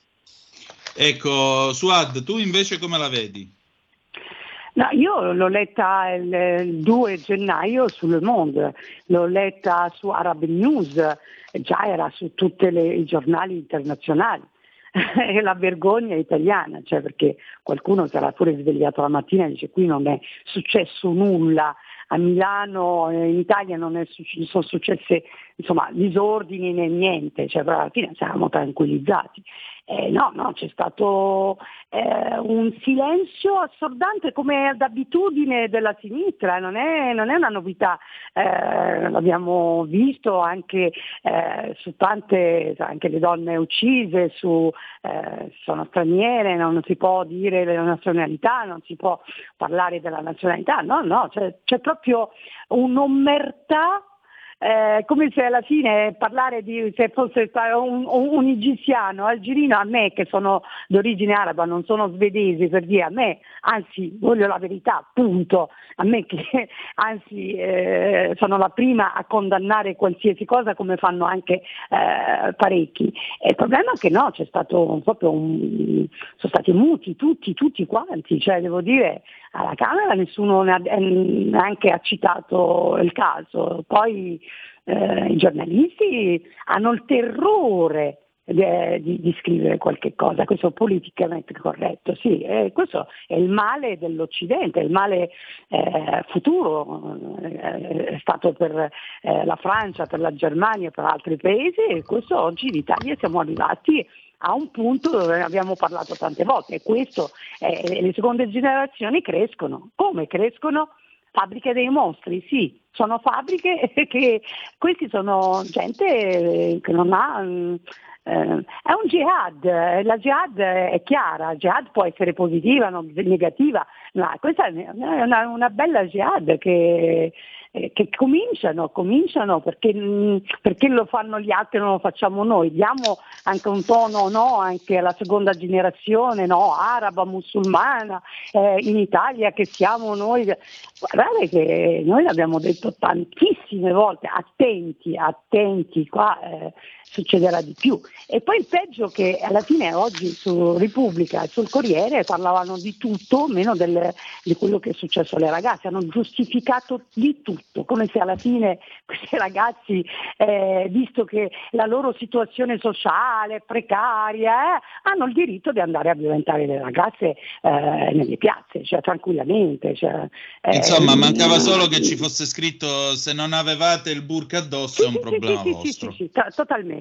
Ecco, Suad, tu invece come la vedi? No, io l'ho letta il, il due gennaio su Le Monde, l'ho letta su Arab News, già era su tutti i giornali internazionali. È la vergogna italiana, cioè perché qualcuno sarà pure svegliato la mattina e dice qui non è successo nulla, a Milano, in Italia non è, sono successe insomma disordini né niente, cioè però alla fine siamo tranquillizzati. Eh, no, no, c'è stato eh, un silenzio assordante come d'abitudine della sinistra, non è, non è una novità, eh, l'abbiamo visto anche eh, su tante, anche le donne uccise, su, eh, sono straniere, non si può dire la nazionalità, non si può parlare della nazionalità, no, no, c'è, c'è proprio un'omertà. Eh, come se alla fine parlare di se fosse un, un, un egiziano, algerino, a me che sono d'origine araba, non sono svedese, per dire, a me, anzi voglio la verità, punto, a me che anzi eh, sono la prima a condannare qualsiasi cosa, come fanno anche eh, parecchi. E il problema è che no, c'è stato proprio un, sono stati muti tutti, tutti quanti, cioè devo dire alla Camera nessuno ne ha, neanche ha citato il caso, poi eh, i giornalisti hanno il terrore di, di, di scrivere qualche cosa, questo è politicamente corretto, sì, eh, questo è il male dell'Occidente, è il male eh, futuro, eh, è stato per eh, la Francia, per la Germania, per altri paesi, e questo oggi in Italia siamo arrivati a un punto dove abbiamo parlato tante volte, e questo eh, le seconde generazioni crescono. Come crescono? Fabbriche dei mostri, sì, sono fabbriche che questi sono gente che non ha, eh, è un jihad, la jihad è chiara, jihad può essere positiva, non negativa, ma questa è una, una bella jihad che Eh, che cominciano, cominciano perché, mh, perché lo fanno gli altri e non lo facciamo noi, diamo anche un tono, no, anche alla seconda generazione, no, araba, musulmana, eh, in Italia che siamo noi, guardate che noi l'abbiamo detto tantissime volte, attenti, attenti, qua eh, succederà di più. E poi il peggio che alla fine oggi su Repubblica e sul Corriere parlavano di tutto meno del, di quello che è successo alle ragazze, hanno giustificato di tutto, come se alla fine questi ragazzi, eh, visto che la loro situazione sociale è precaria, eh, hanno il diritto di andare a violentare le ragazze eh, nelle piazze, cioè tranquillamente. Cioè, eh, Insomma, mancava solo che ci fosse scritto: se non avevate il burka addosso, sì, è un sì, problema sì, vostro. Sì, sì, sì, t- totalmente.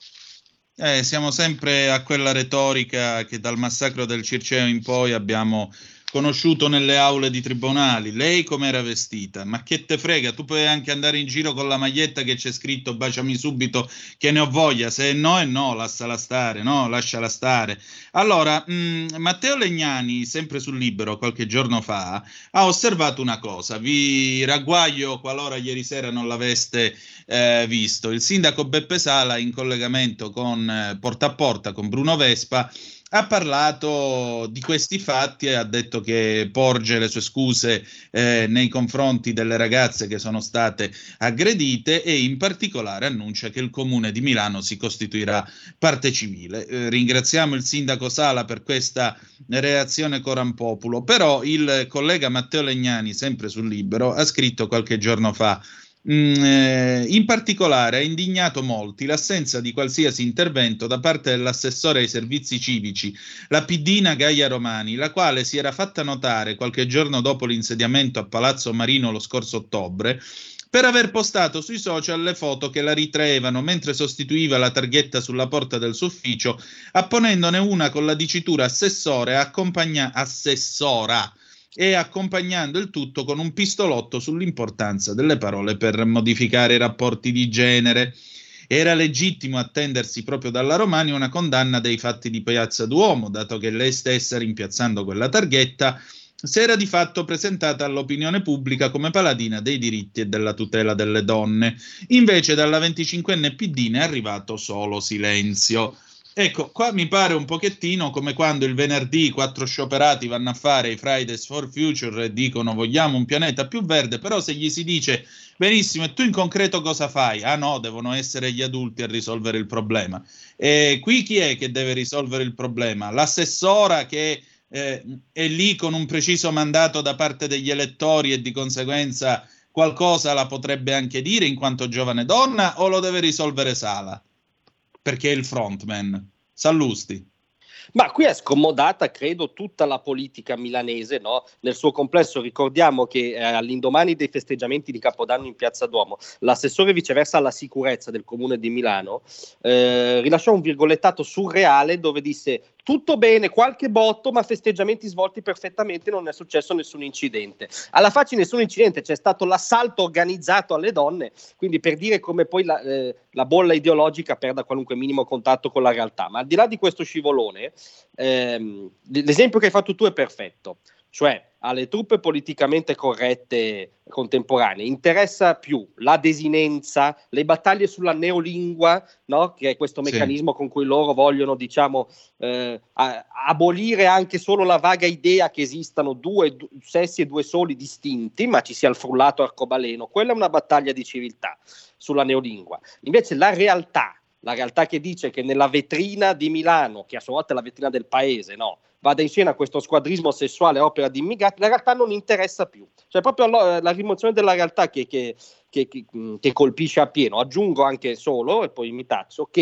Eh, siamo sempre a quella retorica che dal massacro del Circeo in poi abbiamo conosciuto nelle aule di tribunali. Lei com'era vestita? Ma che te frega, tu puoi anche andare in giro con la maglietta che c'è scritto baciami subito che ne ho voglia, se no è no, lasciala stare, no, lasciala stare. Allora, mh, Matteo Legnani, sempre sul Libero qualche giorno fa, ha osservato una cosa, vi ragguaglio qualora ieri sera non l'aveste eh, visto. Il sindaco Beppe Sala, in collegamento con eh, Porta a Porta con Bruno Vespa, ha parlato di questi fatti e ha detto che porge le sue scuse eh, nei confronti delle ragazze che sono state aggredite e in particolare annuncia che il Comune di Milano si costituirà parte civile. Eh, ringraziamo il sindaco Sala per questa reazione coram populo, però il collega Matteo Legnani, sempre sul Libero, ha scritto qualche giorno fa: Mm, eh, in particolare ha indignato molti l'assenza di qualsiasi intervento da parte dell'assessore ai servizi civici, la piddina Gaia Romani, la quale si era fatta notare qualche giorno dopo l'insediamento a Palazzo Marino lo scorso ottobre per aver postato sui social le foto che la ritraevano mentre sostituiva la targhetta sulla porta del suo ufficio, apponendone una con la dicitura assessore accompagna- assessora e accompagnando il tutto con un pistolotto sull'importanza delle parole per modificare i rapporti di genere. Era legittimo attendersi proprio dalla Romani una condanna dei fatti di Piazza Duomo, dato che lei stessa, rimpiazzando quella targhetta, si era di fatto presentata all'opinione pubblica come paladina dei diritti e della tutela delle donne. Invece dalla venticinquenne P D ne è arrivato solo silenzio. Ecco, qua mi pare un pochettino come quando il venerdì quattro scioperati vanno a fare i Fridays for Future e dicono vogliamo un pianeta più verde, però se gli si dice benissimo e tu in concreto cosa fai? Ah no, devono essere gli adulti a risolvere il problema. E qui chi è che deve risolvere il problema? L'assessora che eh, è lì con un preciso mandato da parte degli elettori e di conseguenza qualcosa la potrebbe anche dire in quanto giovane donna, o lo deve risolvere Sala? Perché è il frontman. Sallusti. Ma qui è scomodata, credo, tutta la politica milanese, no? Nel suo complesso. Ricordiamo che eh, all'indomani dei festeggiamenti di Capodanno in Piazza Duomo, l'assessore viceversa alla sicurezza del Comune di Milano eh, rilasciò un virgolettato surreale dove disse tutto bene, qualche botto, ma festeggiamenti svolti perfettamente, non è successo nessun incidente. Alla faccia di nessun incidente, c'è stato l'assalto organizzato alle donne, quindi per dire come poi la, eh, la bolla ideologica perda qualunque minimo contatto con la realtà. Ma al di là di questo scivolone, ehm, l'esempio che hai fatto tu è perfetto, cioè alle truppe politicamente corrette contemporanee interessa più la desinenza, le battaglie sulla neolingua, no? Che è questo meccanismo sì. con cui loro vogliono, diciamo, eh, a- abolire anche solo la vaga idea che esistano due du- sessi e due soli distinti, ma ci sia il frullato arcobaleno. Quella è una battaglia di civiltà sulla neolingua. Invece la realtà, la realtà che dice che nella vetrina di Milano, che a sua volta è la vetrina del paese, no? vada in scena questo squadrismo sessuale a opera di immigrati, la realtà non interessa più. Cioè proprio la, la rimozione della realtà che, che, che, che, che colpisce appieno. Aggiungo anche solo, e poi mi taccio, che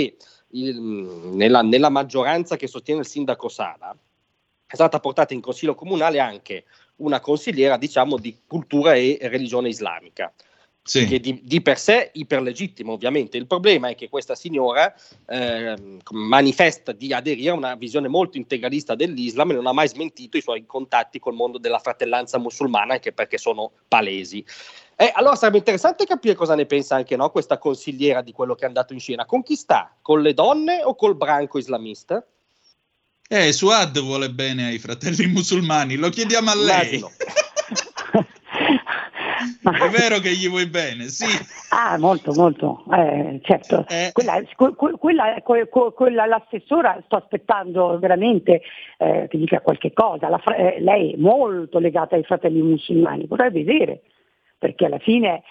il, nella, nella maggioranza che sostiene il sindaco Sala è stata portata in consiglio comunale anche una consigliera, diciamo, di cultura e religione islamica. Sì. Che di, di per sé iperlegittimo, ovviamente. Il problema è che questa signora eh, manifesta di aderire a una visione molto integralista dell'Islam e non ha mai smentito i suoi contatti col mondo della fratellanza musulmana, anche perché sono palesi. Eh, allora sarebbe interessante capire cosa ne pensa anche, no, questa consigliera di quello che è andato in scena. Con chi sta? Con le donne o col branco islamista? Eh, Suad vuole bene ai fratelli musulmani, lo chiediamo a lei. È vero che gli vuoi bene, sì. Ah, molto, molto, eh, certo. Eh. Quella, que, quella, que, quella, l'assessora, sto aspettando veramente eh, che dica qualche cosa. La, eh, lei è molto legata ai fratelli musulmani, vorrei vedere, perché alla fine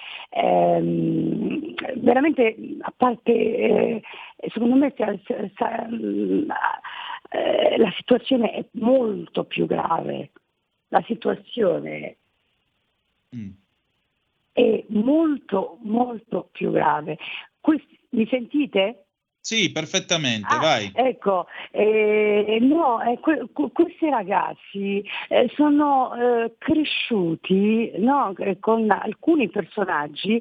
ehm, veramente, a parte, eh, secondo me sa, sa, eh, la situazione è molto più grave. La situazione mm. è molto molto più grave. Questi, mi sentite? Sì, perfettamente, ah, vai. Ecco, eh, no, eh, que- questi ragazzi eh, sono eh, cresciuti, no, con alcuni personaggi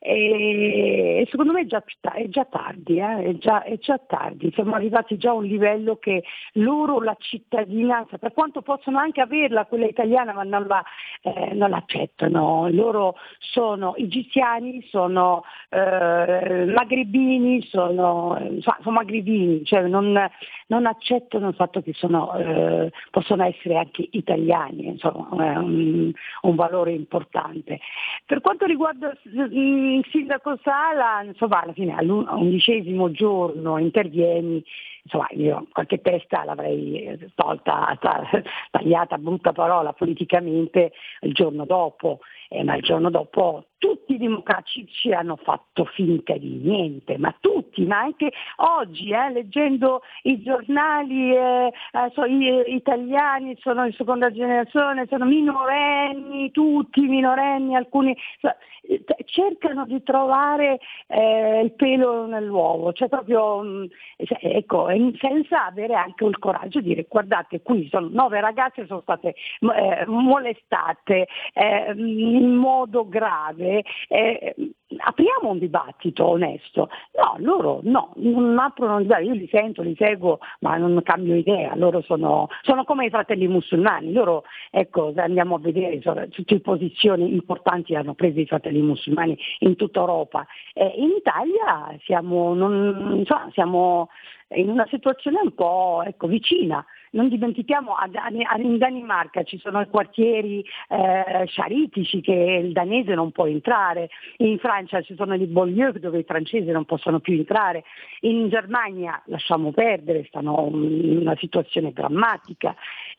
e secondo me è già, è già tardi, eh? è, già, è già tardi, siamo arrivati già a un livello che loro la cittadinanza, per quanto possono anche averla quella italiana, ma non, la, eh, non l'accettano. Loro sono egiziani, sono eh, magrebini, sono, sono magrebini, cioè non, non accettano il fatto che sono, eh, possono essere anche italiani, insomma è un, un valore importante. Per quanto riguarda il sindaco Sala, insomma, alla fine all'undicesimo giorno intervieni, insomma io qualche testa l'avrei tolta, tagliata, brutta parola, politicamente il giorno dopo, eh, ma il giorno dopo tutti i democratici hanno fatto finta di niente, ma tutti, ma anche oggi, eh, leggendo i giornali eh, eh, so, i, italiani, sono di seconda generazione, sono minorenni, tutti minorenni, alcuni so, cercano di trovare eh, il pelo nell'uovo, cioè proprio mh, ecco, senza avere anche il coraggio di dire guardate qui sono nove ragazze sono state eh, molestate eh, in modo grave. Eh, apriamo un dibattito onesto. No, loro no, non aprono un dibattito, io li sento, li seguo, ma non cambio idea, loro sono, sono come i fratelli musulmani, loro, ecco, andiamo a vedere, sono, tutte le posizioni importanti hanno preso i fratelli musulmani in tutta Europa. Eh, in Italia siamo, non, insomma, siamo in una situazione un po', ecco, vicina. Non dimentichiamo, in Danimarca ci sono i quartieri eh, sciaritici che il danese non può entrare, in Francia ci sono i banlieue dove i francesi non possono più entrare, in Germania lasciamo perdere, stanno in una situazione drammatica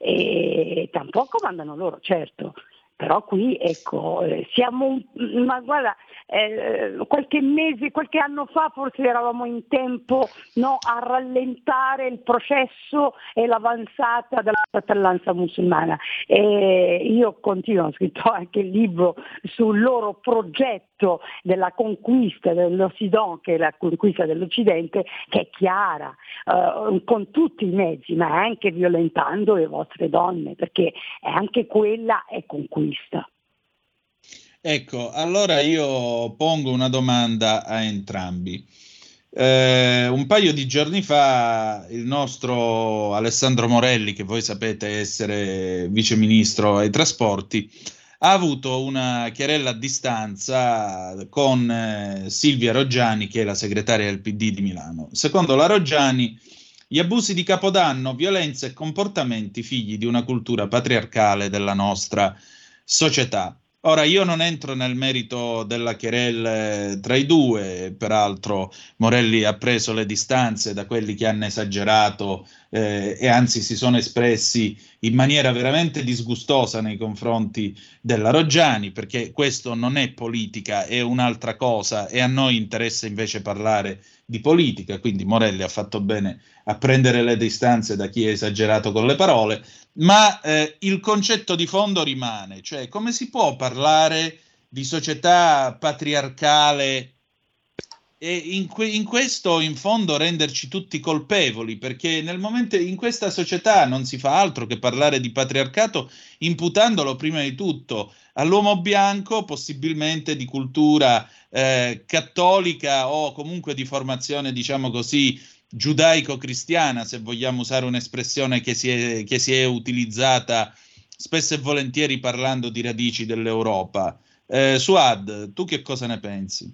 e tampoco mandano loro, certo. Però qui ecco eh, siamo, ma guarda, eh, qualche mese, qualche anno fa forse eravamo in tempo no, a rallentare il processo e l'avanzata della fratellanza musulmana. E io continuo, ho scritto anche il libro sul loro progetto della conquista dell'Occidente, che è la conquista dell'Occidente, che è chiara, eh, con tutti i mezzi, ma anche violentando le vostre donne, perché anche quella è conquista. Ecco, allora io pongo una domanda a entrambi. Eh, un paio di giorni fa il nostro Alessandro Morelli, che voi sapete essere viceministro ai trasporti, ha avuto una querela a distanza con eh, Silvia Roggiani, che è la segretaria del P D di Milano. Secondo la Roggiani, gli abusi di Capodanno, violenza e comportamenti figli di una cultura patriarcale della nostra società. Ora, io non entro nel merito della querela tra i due, peraltro Morelli ha preso le distanze da quelli che hanno esagerato eh, e anzi si sono espressi in maniera veramente disgustosa nei confronti della Roggiani, perché questo non è politica, è un'altra cosa e a noi interessa invece parlare di politica, quindi Morelli ha fatto bene a prendere le distanze da chi è esagerato con le parole, ma eh, il concetto di fondo rimane, cioè come si può parlare di società patriarcale e in, que- in questo in fondo renderci tutti colpevoli, perché nel momento in questa società non si fa altro che parlare di patriarcato, imputandolo prima di tutto all'uomo bianco, possibilmente di cultura eh, cattolica o comunque di formazione, diciamo così, giudaico-cristiana, se vogliamo usare un'espressione che si è, che si è utilizzata spesso e volentieri parlando di radici dell'Europa. Eh, Suad, tu che cosa ne pensi?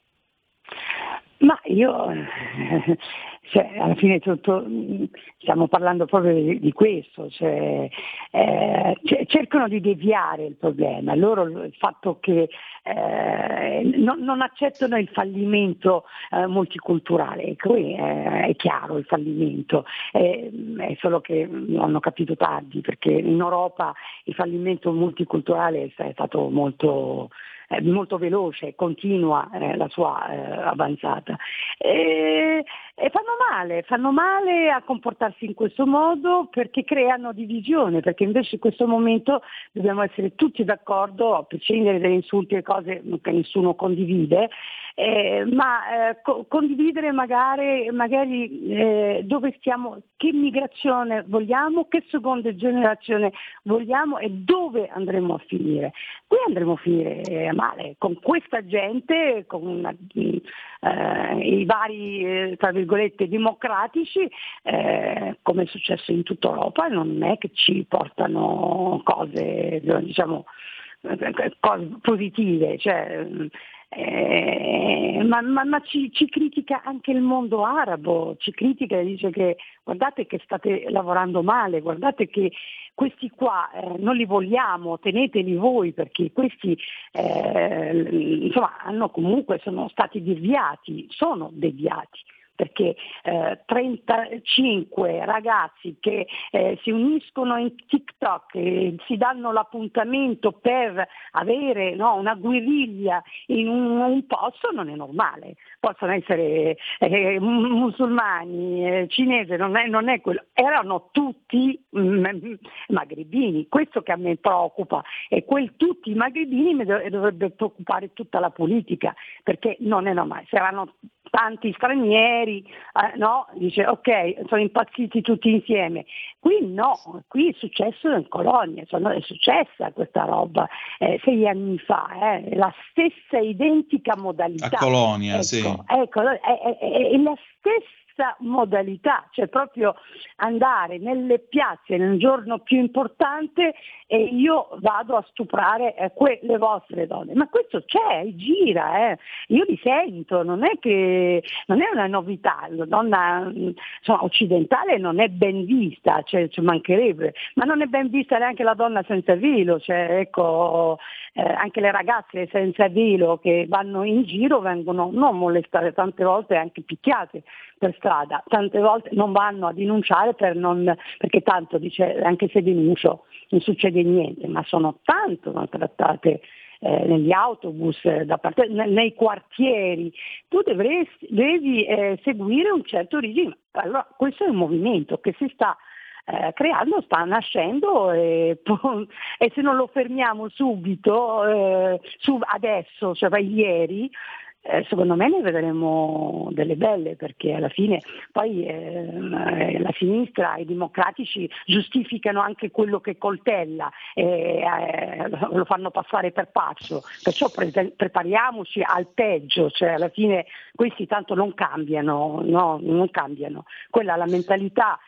Ma io, cioè, alla fine tutto, stiamo parlando proprio di, di questo, cioè, eh, c- cercano di deviare il problema, loro il fatto che eh, non, non accettano il fallimento eh, multiculturale, qui è, è chiaro il fallimento, è, è solo che l'hanno capito tardi, perché in Europa il fallimento multiculturale è stato molto... molto veloce, continua eh, la sua eh, avanzata e, e fanno male, fanno male a comportarsi in questo modo perché creano divisione, perché invece in questo momento dobbiamo essere tutti d'accordo, a prescindere dagli insulti e cose che nessuno condivide, eh, ma eh, co- condividere magari, magari eh, dove stiamo, che migrazione vogliamo, che seconda generazione vogliamo e dove andremo a finire. Qui andremo a finire eh, male, con questa gente, con una, eh, i vari, eh, tra virgolette, democratici, eh, come è successo in tutta Europa, non è che ci portano cose, diciamo, cose positive, cioè, eh, ma, ma, ma ci, ci critica anche il mondo arabo, ci critica e dice che guardate che state lavorando male, guardate che questi qua eh, non li vogliamo, teneteli voi, perché questi eh, insomma hanno comunque, sono stati deviati, sono deviati. Perché eh, trentacinque ragazzi che eh, si uniscono in TikTok e si danno l'appuntamento per avere, no, una guerriglia in un, un posto non è normale. Possono essere eh, musulmani, eh, cinesi, non è, non è quello. Erano tutti mm, magrebini. Questo che a me preoccupa, e quel tutti magrebini mi dovrebbe preoccupare tutta la politica, perché non è normale. Se erano tanti stranieri, eh, no? Dice ok, sono impazziti tutti insieme. Qui no, qui è successo in colonia, sono, è successa questa roba eh, sei anni fa, eh, la stessa identica modalità. A Colonia, ecco, sì. Ecco, è, è, è la stessa modalità, cioè proprio andare nelle piazze nel giorno più importante e io vado a stuprare eh, que- le vostre donne, ma questo c'è, gira, eh. Io li sento, non è che non è una novità, la donna insomma, occidentale non è ben vista, cioè, ci mancherebbe, ma non è ben vista neanche la donna senza velo, cioè, ecco, eh, anche le ragazze senza velo che vanno in giro vengono non molestate, tante volte anche picchiate per strada, tante volte non vanno a denunciare per non, perché tanto dice anche se denuncio non succede niente, ma sono tanto maltrattate eh, negli autobus, eh, da parte, nei quartieri. Tu dovresti, devi eh, seguire un certo regime. Allora questo è un movimento che si sta eh, creando, sta nascendo e, e se non lo fermiamo subito, eh, su, adesso, cioè ieri, Eh, secondo me ne vedremo delle belle, perché alla fine poi eh, la sinistra e i democratici giustificano anche quello che coltella e eh, lo fanno passare per pazzo, perciò pre- prepariamoci al peggio, cioè alla fine questi tanto non cambiano, no, non cambiano, quella è la mentalità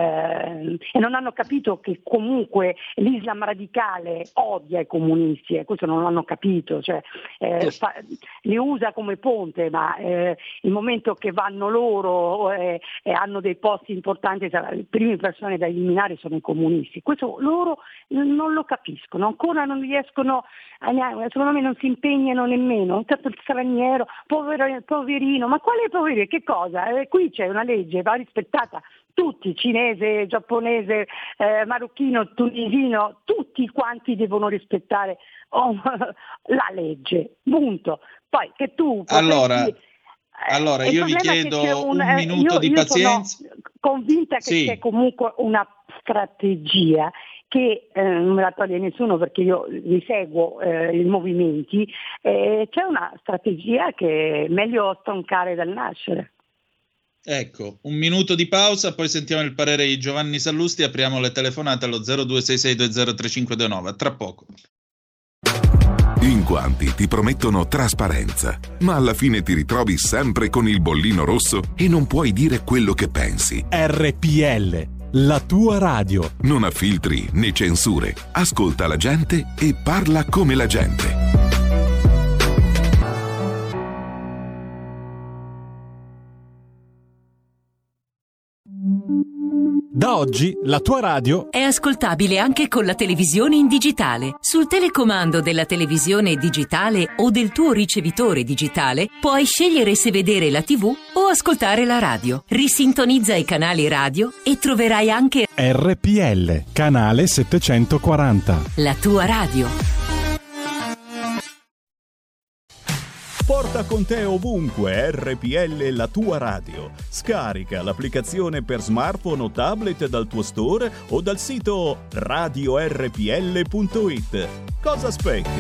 eh, e non hanno capito che comunque l'Islam radicale odia i comunisti, e questo non l'hanno capito, cioè, eh, fa, li usa come ponte, ma eh, il momento che vanno loro eh, e hanno dei posti importanti, le prime persone da eliminare sono i comunisti. Questo loro non lo capiscono, ancora non riescono, a, secondo me non si impegnano nemmeno, tanto il straniero, povero, poverino, ma quale poverino? Che cosa? Eh, qui c'è una legge, va rispettata. Tutti, cinese, giapponese, eh, marocchino, tunisino, tutti quanti devono rispettare oh, la legge, punto. Poi che tu potessi, allora, eh, allora io vi chiedo un, un minuto io, di io pazienza. Sono convinta che sì. c'è comunque una strategia che eh, non me la toglie nessuno perché io li seguo eh, i movimenti, eh, c'è una strategia che è meglio stroncare dal nascere. Ecco, un minuto di pausa, poi sentiamo il parere di Giovanni Sallusti, apriamo le telefonate allo zero due sei sei due zero tre cinque due nove, tra poco. In quanti ti promettono trasparenza, ma alla fine ti ritrovi sempre con il bollino rosso e non puoi dire quello che pensi. R P L, la tua radio. Non ha filtri né censure. Ascolta la gente e parla come la gente. Da oggi la tua radio è ascoltabile anche con la televisione in digitale. Sul telecomando della televisione digitale o del tuo ricevitore digitale puoi scegliere se vedere la tivù o ascoltare la radio. Risintonizza i canali radio e troverai anche R P L, canale settecentoquaranta. La tua radio. Porta con te ovunque R P L, la tua radio. Scarica l'applicazione per smartphone o tablet dal tuo store o dal sito radio erre pi elle punto it. Cosa aspetti?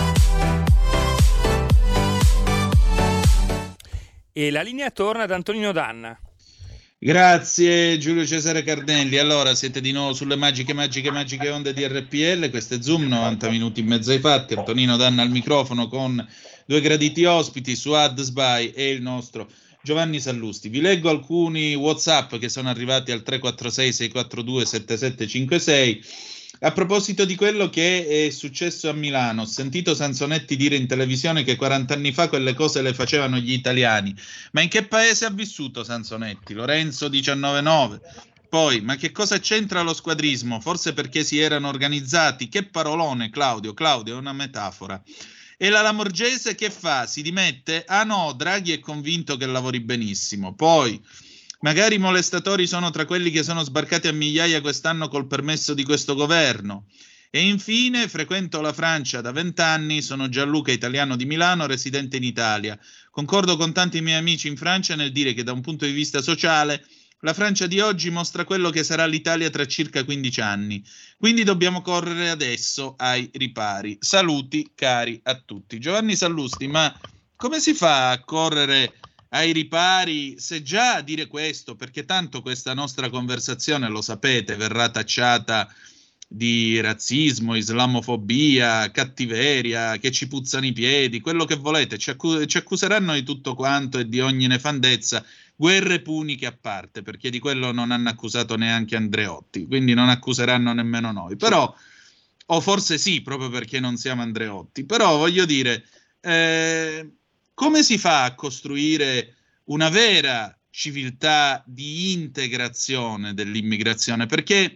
E la linea torna ad Antonino Danna. Grazie Giulio Cesare Carnelli. Allora, siete di nuovo sulle magiche, magiche, magiche onde di R P L. Questo è Zoom, novanta minuti in mezzo ai fatti. Antonino Danna al microfono con due graditi ospiti, Suad Sbai e il nostro Giovanni Sallusti. Vi leggo alcuni WhatsApp che sono arrivati al tre quattro sei sei quattro due sette sette cinque sei. A proposito di quello che è successo a Milano, ho sentito Sansonetti dire in televisione che quaranta anni fa quelle cose le facevano gli italiani. Ma in che paese ha vissuto Sansonetti? Lorenzo diciannove nove. Poi, ma che cosa c'entra lo squadrismo? Forse perché si erano organizzati? Che parolone, Claudio. Claudio, è una metafora. E la Lamorgese che fa? Si dimette? Ah no, Draghi è convinto che lavori benissimo. Poi, magari i molestatori sono tra quelli che sono sbarcati a migliaia quest'anno col permesso di questo governo. E infine, frequento la Francia da vent'anni, sono Gianluca, italiano di Milano, residente in Italia. Concordo con tanti miei amici in Francia nel dire che da un punto di vista sociale la Francia di oggi mostra quello che sarà l'Italia tra circa quindici anni. Quindi dobbiamo correre adesso ai ripari. Saluti cari a tutti. Giovanni Sallusti, ma come si fa a correre ai ripari se già a dire questo, perché tanto questa nostra conversazione, lo sapete, verrà tacciata di razzismo, islamofobia, cattiveria, che ci puzzano i piedi, quello che volete, ci, accu- ci accuseranno di tutto quanto e di ogni nefandezza, guerre puniche a parte, perché di quello non hanno accusato neanche Andreotti, quindi non accuseranno nemmeno noi, però, o forse sì, proprio perché non siamo Andreotti, però voglio dire, eh, come si fa a costruire una vera civiltà di integrazione dell'immigrazione? Perché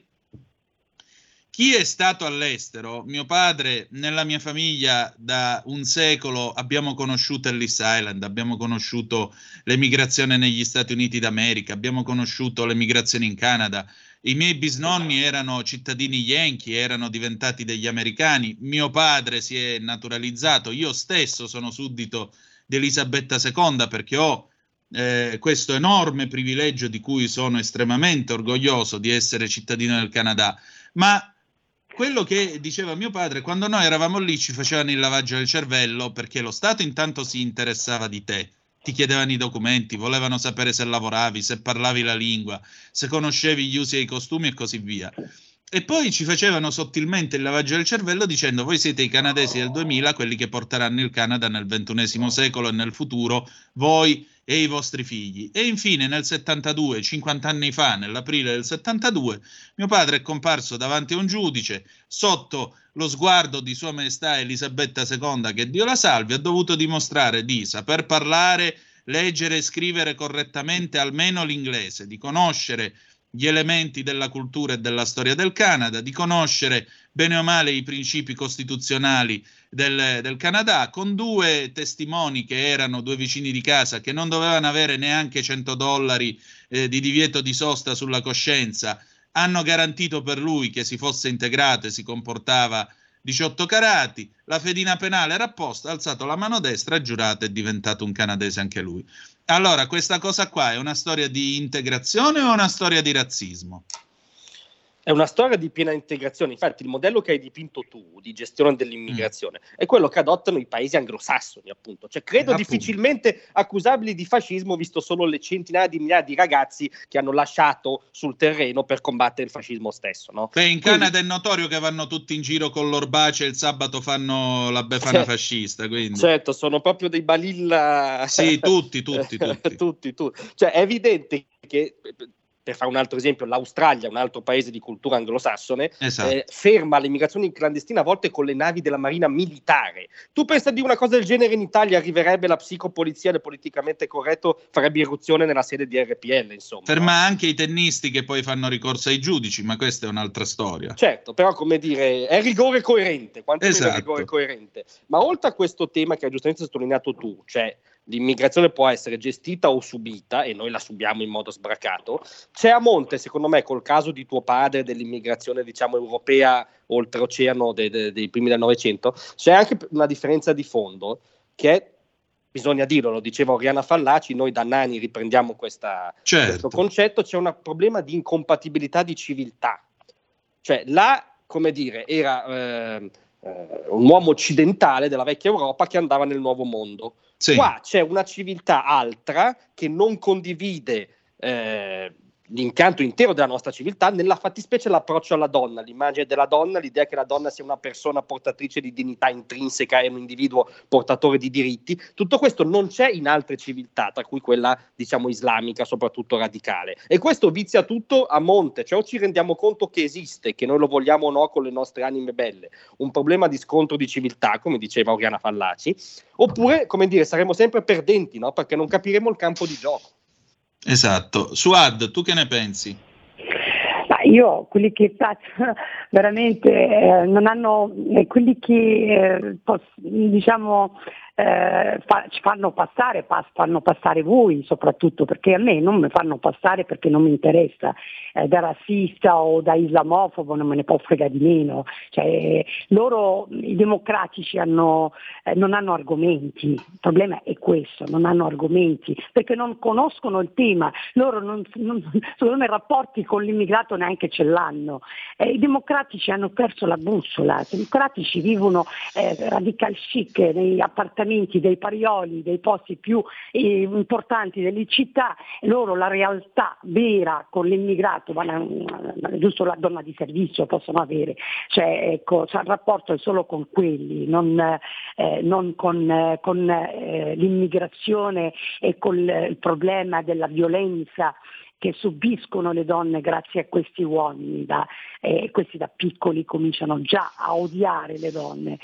chi è stato all'estero, mio padre, nella mia famiglia da un secolo abbiamo conosciuto Ellis Island, abbiamo conosciuto l'emigrazione negli Stati Uniti d'America, abbiamo conosciuto l'emigrazione in Canada. I miei bisnonni erano cittadini yankee, erano diventati degli americani. Mio padre si è naturalizzato, io stesso sono suddito di Elisabetta seconda perché ho eh, questo enorme privilegio di cui sono estremamente orgoglioso di essere cittadino del Canada. Ma quello che diceva mio padre, quando noi eravamo lì ci facevano il lavaggio del cervello perché lo Stato intanto si interessava di te, ti chiedevano i documenti, volevano sapere se lavoravi, se parlavi la lingua, se conoscevi gli usi e i costumi e così via. E poi ci facevano sottilmente il lavaggio del cervello dicendo: voi siete i canadesi del duemila, quelli che porteranno il Canada nel ventunesimo secolo e nel futuro, voi e i vostri figli. E infine nel settantadue, cinquanta anni fa, nell'aprile del settantadue, mio padre è comparso davanti a un giudice sotto lo sguardo di Sua Maestà Elisabetta seconda, che Dio la salvi, ha dovuto dimostrare di saper parlare, leggere e scrivere correttamente almeno l'inglese, di conoscere gli elementi della cultura e della storia del Canada, di conoscere bene o male i principi costituzionali del, del Canada, con due testimoni che erano due vicini di casa che non dovevano avere neanche cento dollari eh, di divieto di sosta sulla coscienza, hanno garantito per lui che si fosse integrato e si comportava diciotto carati, la fedina penale era a posto, ha alzato la mano destra, ha giurato e è diventato un canadese anche lui. Allora, questa cosa qua è una storia di integrazione o una storia di razzismo? È una storia di piena integrazione. Infatti il modello che hai dipinto tu di gestione dell'immigrazione mm. è quello che adottano i paesi anglosassoni, appunto. Cioè credo eh, difficilmente appunto. accusabili di fascismo, visto solo le centinaia di migliaia di ragazzi che hanno lasciato sul terreno per combattere il fascismo stesso, no? Beh, in Canada quindi, è notorio che vanno tutti in giro con l'orbace e il sabato fanno la befana certo, fascista, quindi. Certo, sono proprio dei balilla. Sì, tutti, tutti, tutti. tutti, tutti. Cioè è evidente che, per fare un altro esempio, l'Australia, un altro paese di cultura anglosassone, esatto. eh, ferma l'immigrazione clandestina a volte con le navi della marina militare. Tu pensa di una cosa del genere in Italia, arriverebbe la psicopolizia del politicamente corretto, farebbe irruzione nella sede di R P L, insomma. Ferma no? anche i tennisti che poi fanno ricorso ai giudici, ma questa è un'altra storia. Certo, però come dire, è rigore coerente, quantomeno esatto. è rigore coerente. Ma oltre a questo tema che hai giustamente sottolineato tu, cioè l'immigrazione può essere gestita o subita, e noi la subiamo in modo sbracato. C'è a monte, secondo me, col caso di tuo padre dell'immigrazione, diciamo, europea oltreoceano dei, dei, dei primi del Novecento, c'è anche una differenza di fondo che è, bisogna dirlo, lo diceva Oriana Fallaci, noi da nani riprendiamo questa, certo. questo concetto, c'è un problema di incompatibilità di civiltà. Cioè là, come dire, era eh, eh, un uomo occidentale della vecchia Europa che andava nel nuovo mondo. Sì. Qua c'è una civiltà altra che non condivide eh, l'impianto intero della nostra civiltà, nella fattispecie l'approccio alla donna, l'immagine della donna, l'idea che la donna sia una persona portatrice di dignità intrinseca e un individuo portatore di diritti. Tutto questo non c'è in altre civiltà, tra cui quella, diciamo, islamica, soprattutto radicale. E questo vizia tutto a monte, cioè o ci rendiamo conto che esiste, che noi lo vogliamo o no con le nostre anime belle, un problema di scontro di civiltà, come diceva Oriana Fallaci, oppure, come dire, saremo sempre perdenti, no? Perché non capiremo il campo di gioco. Esatto. Suad, tu che ne pensi? Ma io, quelli che veramente eh, non hanno, eh, quelli che eh, poss- diciamo eh, fa- ci fanno passare, pass- fanno passare voi soprattutto, perché a me non mi fanno passare perché non mi interessa, eh, da razzista o da islamofobo non me ne può fregare di meno, cioè, loro, i democratici hanno, eh, non hanno argomenti, il problema è questo, non hanno argomenti, perché non conoscono il tema, loro non, non, secondo me rapporti con l'immigrato neanche ce l'hanno, eh, i democratici hanno perso la bussola, i democratici vivono eh, radical chic nei appartamenti dei parioli, dei posti più eh, importanti delle città, loro la realtà vera con l'immigrato, ma giusto la donna di servizio possono avere, cioè, ecco, cioè, il rapporto è solo con quelli, non, eh, non con, eh, con eh, l'immigrazione e con il problema della violenza che subiscono le donne grazie a questi uomini, da, eh, questi da piccoli cominciano già a odiare le donne.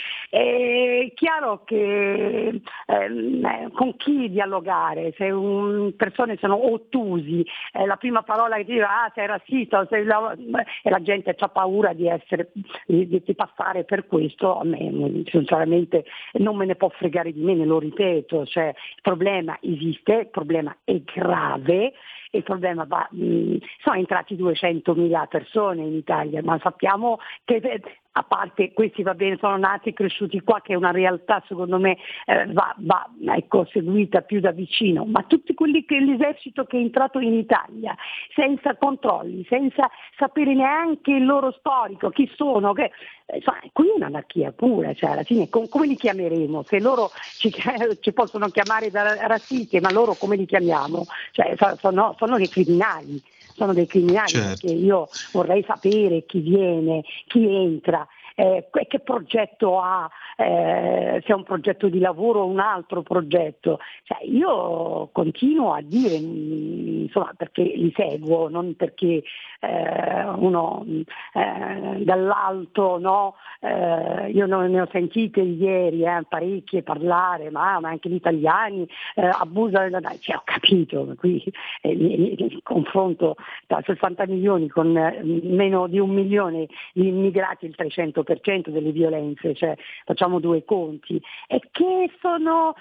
È chiaro che eh, con chi dialogare, se un, persone sono ottusi, eh, la prima parola che ti dice ah sei razzista, sei la, e la gente ha paura di essere di, di passare per questo, a me sinceramente non me ne può fregare di me, ne lo ripeto, cioè il problema esiste, il problema è grave. Il problema va, mh, sono entrati duecentomila persone in Italia, ma sappiamo che a parte questi va bene, sono nati e cresciuti qua, che è una realtà secondo me eh, va, va ecco, seguita più da vicino, ma tutti quelli che l'esercito che è entrato in Italia senza controlli, senza sapere neanche il loro storico, chi sono, che, insomma, qui è un'anarchia pura, cioè alla fine com- come li chiameremo? Se loro ci, ci possono chiamare da razzisti, ma loro come li chiamiamo? Cioè, sono, sono dei criminali. Sono dei criminali, certo. Perché io vorrei sapere chi viene, chi entra, eh, che progetto ha, eh, se è un progetto di lavoro o un altro progetto. Cioè, io continuo a dire, insomma, perché li seguo, non perché eh, uno eh, dall'alto, no? Eh, io non ne ho sentite ieri eh, parecchie parlare, ma, ma anche gli italiani eh, abusano, cioè, ho capito, qui eh, il confronto tra sessanta milioni con eh, meno di un milione di immigrati, il trecento per cento delle violenze, cioè facciamo due conti, e che sono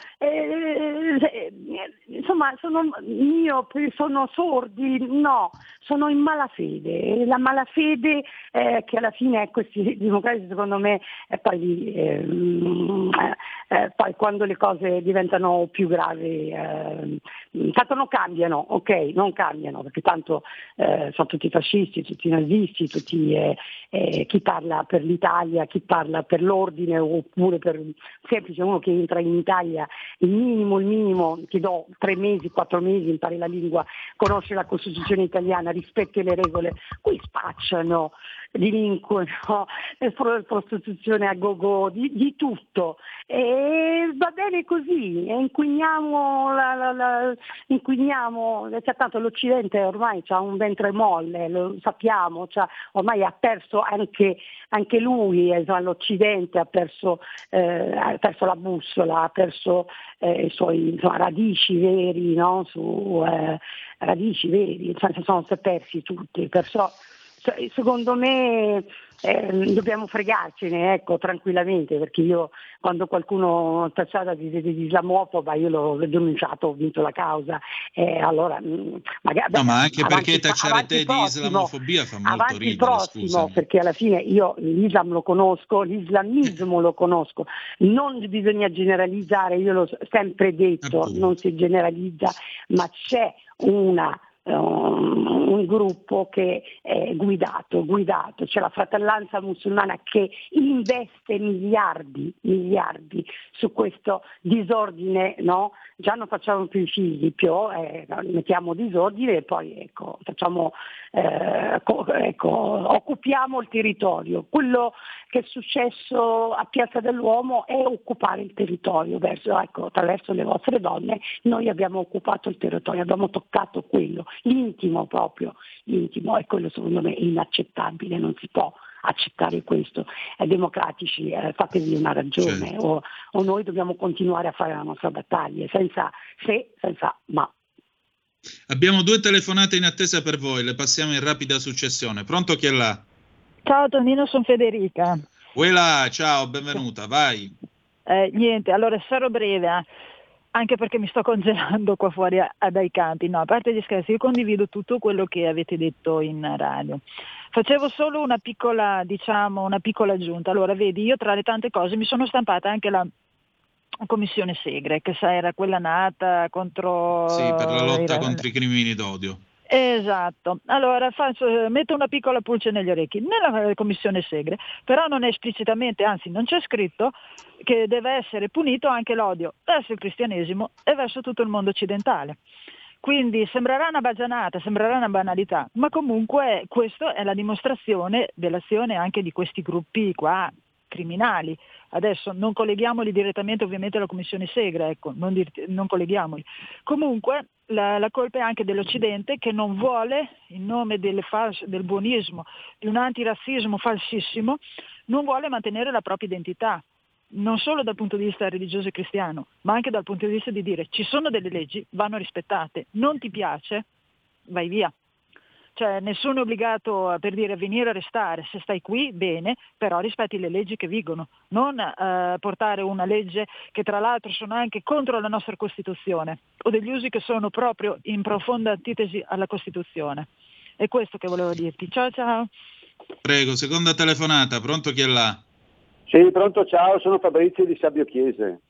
eh, insomma sono miopi, sono sordi, no, sono in malafede, e la malafede eh, che alla fine questi democratici secondo me e poi eh, eh, poi quando le cose diventano più gravi, eh, tanto non cambiano, ok, non cambiano, perché tanto eh, sono tutti fascisti, tutti nazisti, tutti eh, eh, chi parla per l'Italia, chi parla per l'ordine, oppure per semplice uno che entra in Italia, il minimo, il minimo, ti do tre mesi, quattro mesi, impari la lingua, conosci la Costituzione italiana, rispetti le regole, qui spacciano, delinquono, prostituzione a go-go, di, di tutto, e va bene così, e inquiniamo, la, la, la, inquiniamo, cioè, tanto l'Occidente ormai ha un ventre molle, lo sappiamo, cioè, ormai ha perso anche, anche lui, eh, l'Occidente ha perso, eh, ha perso la bussola, ha perso eh, i suoi insomma, radici veri, no? Su, eh, radici veri, cioè, si sono persi tutti, perciò secondo me eh, dobbiamo fregarcene, ecco, tranquillamente, perché io quando qualcuno tacciata di, di, di islamofoba io l'ho, l'ho denunciato, ho vinto la causa, eh, allora mh, magari, no, beh, ma anche avanti, perché tacciare te prossimo, di islamofobia fa molto avanti ridere, prossimo, scusami. perché alla fine io l'Islam lo conosco, l'islamismo lo conosco, non bisogna generalizzare, io l'ho sempre detto, Appunto. Non si generalizza, ma c'è una un gruppo che è guidato, guidato, c'è la fratellanza musulmana che investe miliardi, miliardi su questo disordine, no? Già non facciamo più i figli, più eh, mettiamo disordine e poi ecco, facciamo, eh, co- ecco, occupiamo il territorio. Quello che è successo a Piazza dell'Uomo è occupare il territorio, verso, ecco, attraverso le vostre donne noi abbiamo occupato il territorio, abbiamo toccato quello, l'intimo proprio, l'intimo, e quello secondo me è inaccettabile, non si può accettare questo. È democratici, eh, fatevi una ragione, Certo. o, o noi dobbiamo continuare a fare la nostra battaglia, senza se, senza ma. Abbiamo due telefonate in attesa per voi, le passiamo in rapida successione. Pronto, chi è là? Ciao Tonino, sono Federica. Uela, ciao, benvenuta, vai. Eh, niente, allora sarò breve, eh, anche perché mi sto congelando qua fuori a, a dai campi. No, a parte gli scherzi, io condivido tutto quello che avete detto in radio. Facevo solo una piccola, diciamo, una piccola aggiunta. Allora, vedi, io tra le tante cose mi sono stampata anche la commissione Segre, che sa, era quella nata contro... Sì, per la lotta era... contro i crimini d'odio. Esatto, allora faccio, metto una piccola pulce negli orecchi. Nella commissione Segre però non è esplicitamente, anzi non c'è scritto che deve essere punito anche l'odio verso il cristianesimo e verso tutto il mondo occidentale. Quindi sembrerà una baggianata, sembrerà una banalità, ma comunque questa è la dimostrazione dell'azione anche di questi gruppi qua criminali. Adesso non colleghiamoli direttamente ovviamente alla commissione Segre, ecco, non, dir- non colleghiamoli. Comunque la, la colpa è anche dell'Occidente, che non vuole, in nome delle fals- del buonismo, di un antirazzismo falsissimo, non vuole mantenere la propria identità, non solo dal punto di vista religioso e cristiano, ma anche dal punto di vista di dire ci sono delle leggi, vanno rispettate, non ti piace, vai via. Cioè nessuno è obbligato a, per dire, a venire a restare, se stai qui bene, però rispetti le leggi che vigono, non eh, portare una legge che tra l'altro sono anche contro la nostra Costituzione o degli usi che sono proprio in profonda antitesi alla Costituzione. È questo che volevo dirti. Ciao ciao. Prego, seconda telefonata, pronto, chi è là? Sì, pronto, ciao, sono Fabrizio di Sabbio Chiese.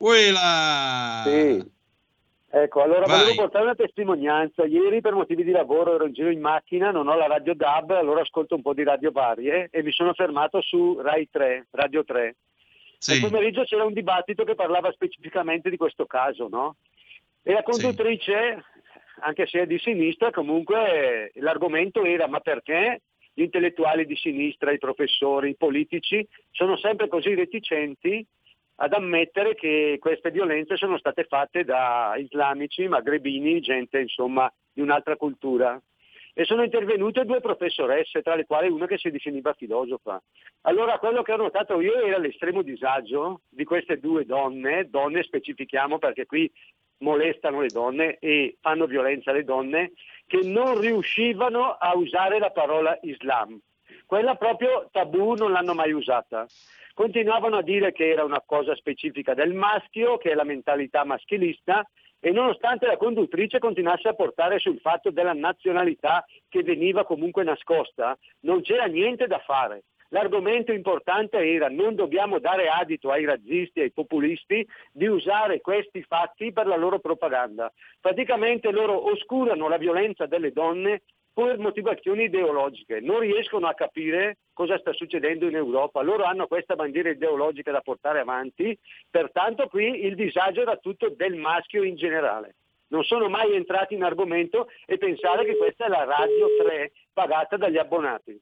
Uela! Sì. Ecco, allora Vai. volevo portare una testimonianza. Ieri per motivi di lavoro ero in giro in macchina, non ho la radio D A B, allora ascolto un po' di radio varie e mi sono fermato su Rai tre, Radio tre. Sì. Nel pomeriggio c'era un dibattito che parlava specificamente di questo caso, no? E la conduttrice, anche se è di sinistra, comunque l'argomento era: ma perché gli intellettuali di sinistra, i professori, i politici sono sempre così reticenti ad ammettere che queste violenze sono state fatte da islamici, magrebini, gente insomma di un'altra cultura. E sono intervenute due professoresse, tra le quali una che si definiva filosofa. Allora quello che ho notato io era l'estremo disagio di queste due donne, donne specifichiamo perché qui molestano le donne e fanno violenza alle donne, che non riuscivano a usare la parola Islam. Quella proprio tabù non l'hanno mai usata. Continuavano a dire che era una cosa specifica del maschio, che è la mentalità maschilista, e nonostante la conduttrice continuasse a portare sul fatto della nazionalità che veniva comunque nascosta, non c'era niente da fare. L'argomento importante era: non dobbiamo dare adito ai razzisti e ai populisti di usare questi fatti per la loro propaganda. Praticamente loro oscurano la violenza delle donne per motivazioni ideologiche, non riescono a capire cosa sta succedendo in Europa, loro hanno questa bandiera ideologica da portare avanti, pertanto qui il disagio era tutto del maschio in generale. Non sono mai entrati in argomento e pensare che questa è la Radio tre pagata dagli abbonati.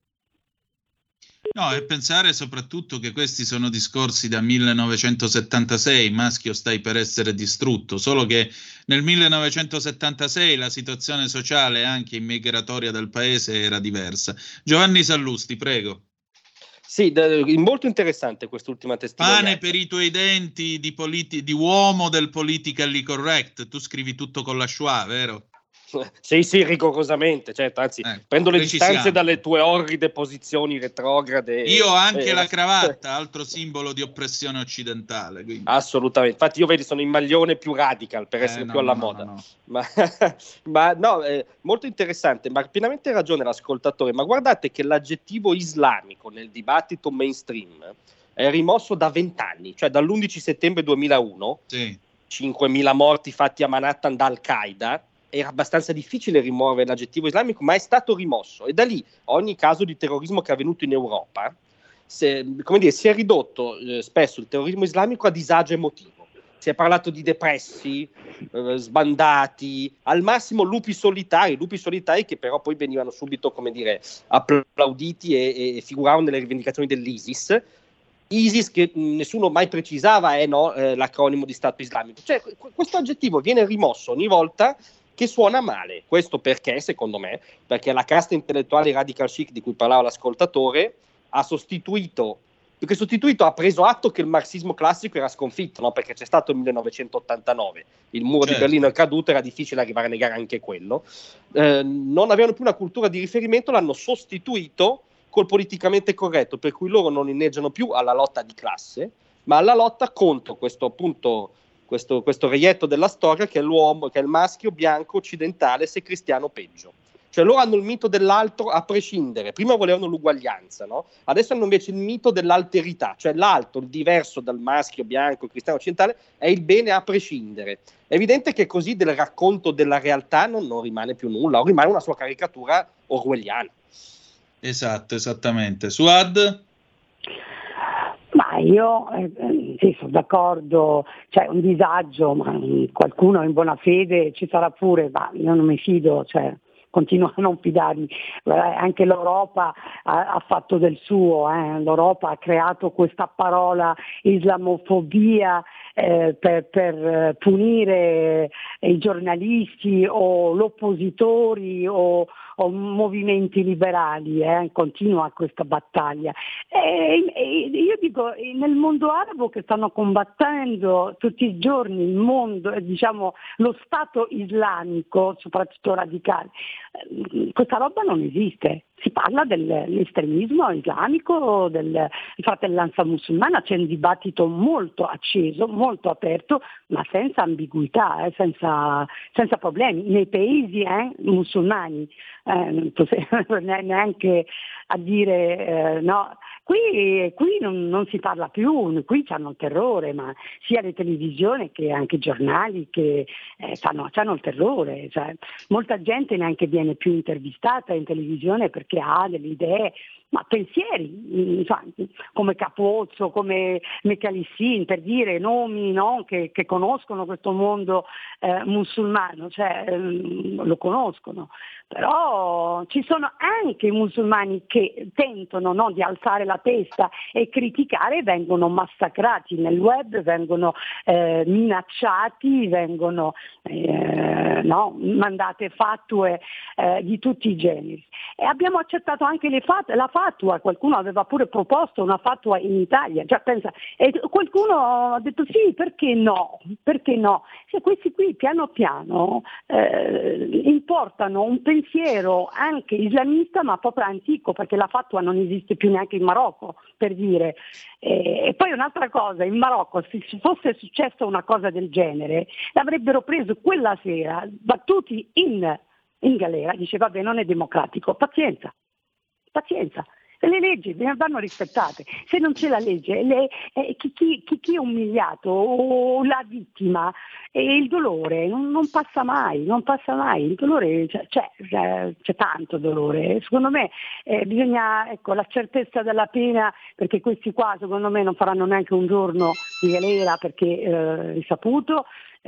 No, e pensare soprattutto che questi sono discorsi da millenovecentosettantasei, maschio stai per essere distrutto, solo che nel millenovecentosettantasei la situazione sociale anche immigratoria del paese era diversa. Giovanni Sallusti, prego. Sì, molto interessante quest'ultima testimonianza. Pane per i tuoi denti di, politi- di uomo del politically correct, tu scrivi tutto con la schwa, vero? Sì, sì, rigorosamente, certo, anzi, eh, prendo le distanze siamo. dalle tue orride posizioni retrograde. Io ho anche eh, la cravatta, altro simbolo di oppressione occidentale. Quindi. Assolutamente, infatti io vedi sono il maglione più radical per essere eh, no, più alla no, moda. No, no. Ma, ma no, eh, molto interessante, ma ha pienamente ragione l'ascoltatore, ma guardate che l'aggettivo islamico nel dibattito mainstream è rimosso da vent'anni, cioè dall'undici settembre duemilauno, sì. cinquemila morti fatti a Manhattan da Al-Qaeda. Era abbastanza difficile rimuovere l'aggettivo islamico, ma è stato rimosso, e da lì ogni caso di terrorismo che è avvenuto in Europa se, come dire, si è ridotto eh, spesso il terrorismo islamico a disagio emotivo. Si è parlato di depressi, eh, sbandati, al massimo lupi solitari, lupi solitari che però poi venivano subito, come dire, applauditi e, e figuravano nelle rivendicazioni dell'ISIS. ISIS che mh, nessuno mai precisava è no, eh, l'acronimo di Stato Islamico. Cioè qu- questo aggettivo viene rimosso ogni volta che suona male. Questo perché, secondo me, perché la casta intellettuale radical chic di cui parlava l'ascoltatore ha sostituito, perché sostituito ha preso atto che il marxismo classico era sconfitto, no? Perché c'è stato il millenovecentottantanove, il muro certo. di Berlino è caduto, era difficile arrivare a negare anche quello. Eh, non avevano più una cultura di riferimento, l'hanno sostituito col politicamente corretto, per cui loro non inneggiano più alla lotta di classe, ma alla lotta contro questo appunto questo, questo reietto della storia che è l'uomo, che è il maschio bianco occidentale, se cristiano peggio. Cioè loro hanno il mito dell'altro a prescindere, prima volevano l'uguaglianza, no? Adesso hanno invece il mito dell'alterità, cioè l'altro, il diverso dal maschio bianco cristiano occidentale è il bene a prescindere. È evidente che così del racconto della realtà non, non rimane più nulla, o rimane una sua caricatura orwelliana. Esatto, esattamente. Suad? Ma io eh, sì, sono d'accordo, c'è un disagio, ma qualcuno in buona fede ci sarà pure, ma io non mi fido, cioè continuo a non fidarmi. Anche l'Europa ha, ha fatto del suo, eh. L'Europa ha creato questa parola islamofobia eh, per, per punire i giornalisti o gli oppositori o o movimenti liberali, eh, continua questa battaglia. E, e io dico, nel mondo arabo che stanno combattendo tutti i giorni il mondo, diciamo lo Stato islamico, soprattutto radicale, questa roba non esiste. Si parla dell'estremismo islamico, della fratellanza musulmana, c'è un dibattito molto acceso, molto aperto, ma senza ambiguità, eh, senza, senza problemi. Nei paesi eh, musulmani, eh, neanche a dire eh, no. Qui, qui non, non si parla più, qui c'hanno il terrore, ma sia le televisioni che anche i giornali che eh, fanno, c'hanno il terrore. Cioè, molta gente neanche viene più intervistata in televisione perché ha delle idee, ma pensieri, infatti, come Capozzo, come Mecalissin, per dire nomi no, che, che conoscono questo mondo eh, musulmano, cioè eh, lo conoscono. Però ci sono anche i musulmani che tentano no, di alzare la testa e criticare, vengono massacrati nel web, vengono eh, minacciati, vengono eh, no, mandate fatue eh, di tutti i generi. E abbiamo accettato anche le fat- la fatua, qualcuno aveva pure proposto una fatua in Italia, cioè, pensa, e qualcuno ha detto sì, perché no? Perché no? Se questi qui piano piano eh, importano un pensiero anche islamista ma proprio antico, perché la fatua non esiste più neanche in Marocco, per dire. E, e poi un'altra cosa, in Marocco se fosse successa una cosa del genere l'avrebbero preso quella sera, battuti in, in galera, dice vabbè non è democratico, pazienza, pazienza. Le leggi vanno rispettate, se non c'è la legge, le, eh, chi, chi, chi è umiliato o la vittima, e il dolore non, non passa mai, non passa mai, il dolore c'è, c'è, c'è tanto dolore, secondo me eh, bisogna, ecco, la certezza della pena, perché questi qua secondo me non faranno neanche un giorno di galera perché eh, risaputo,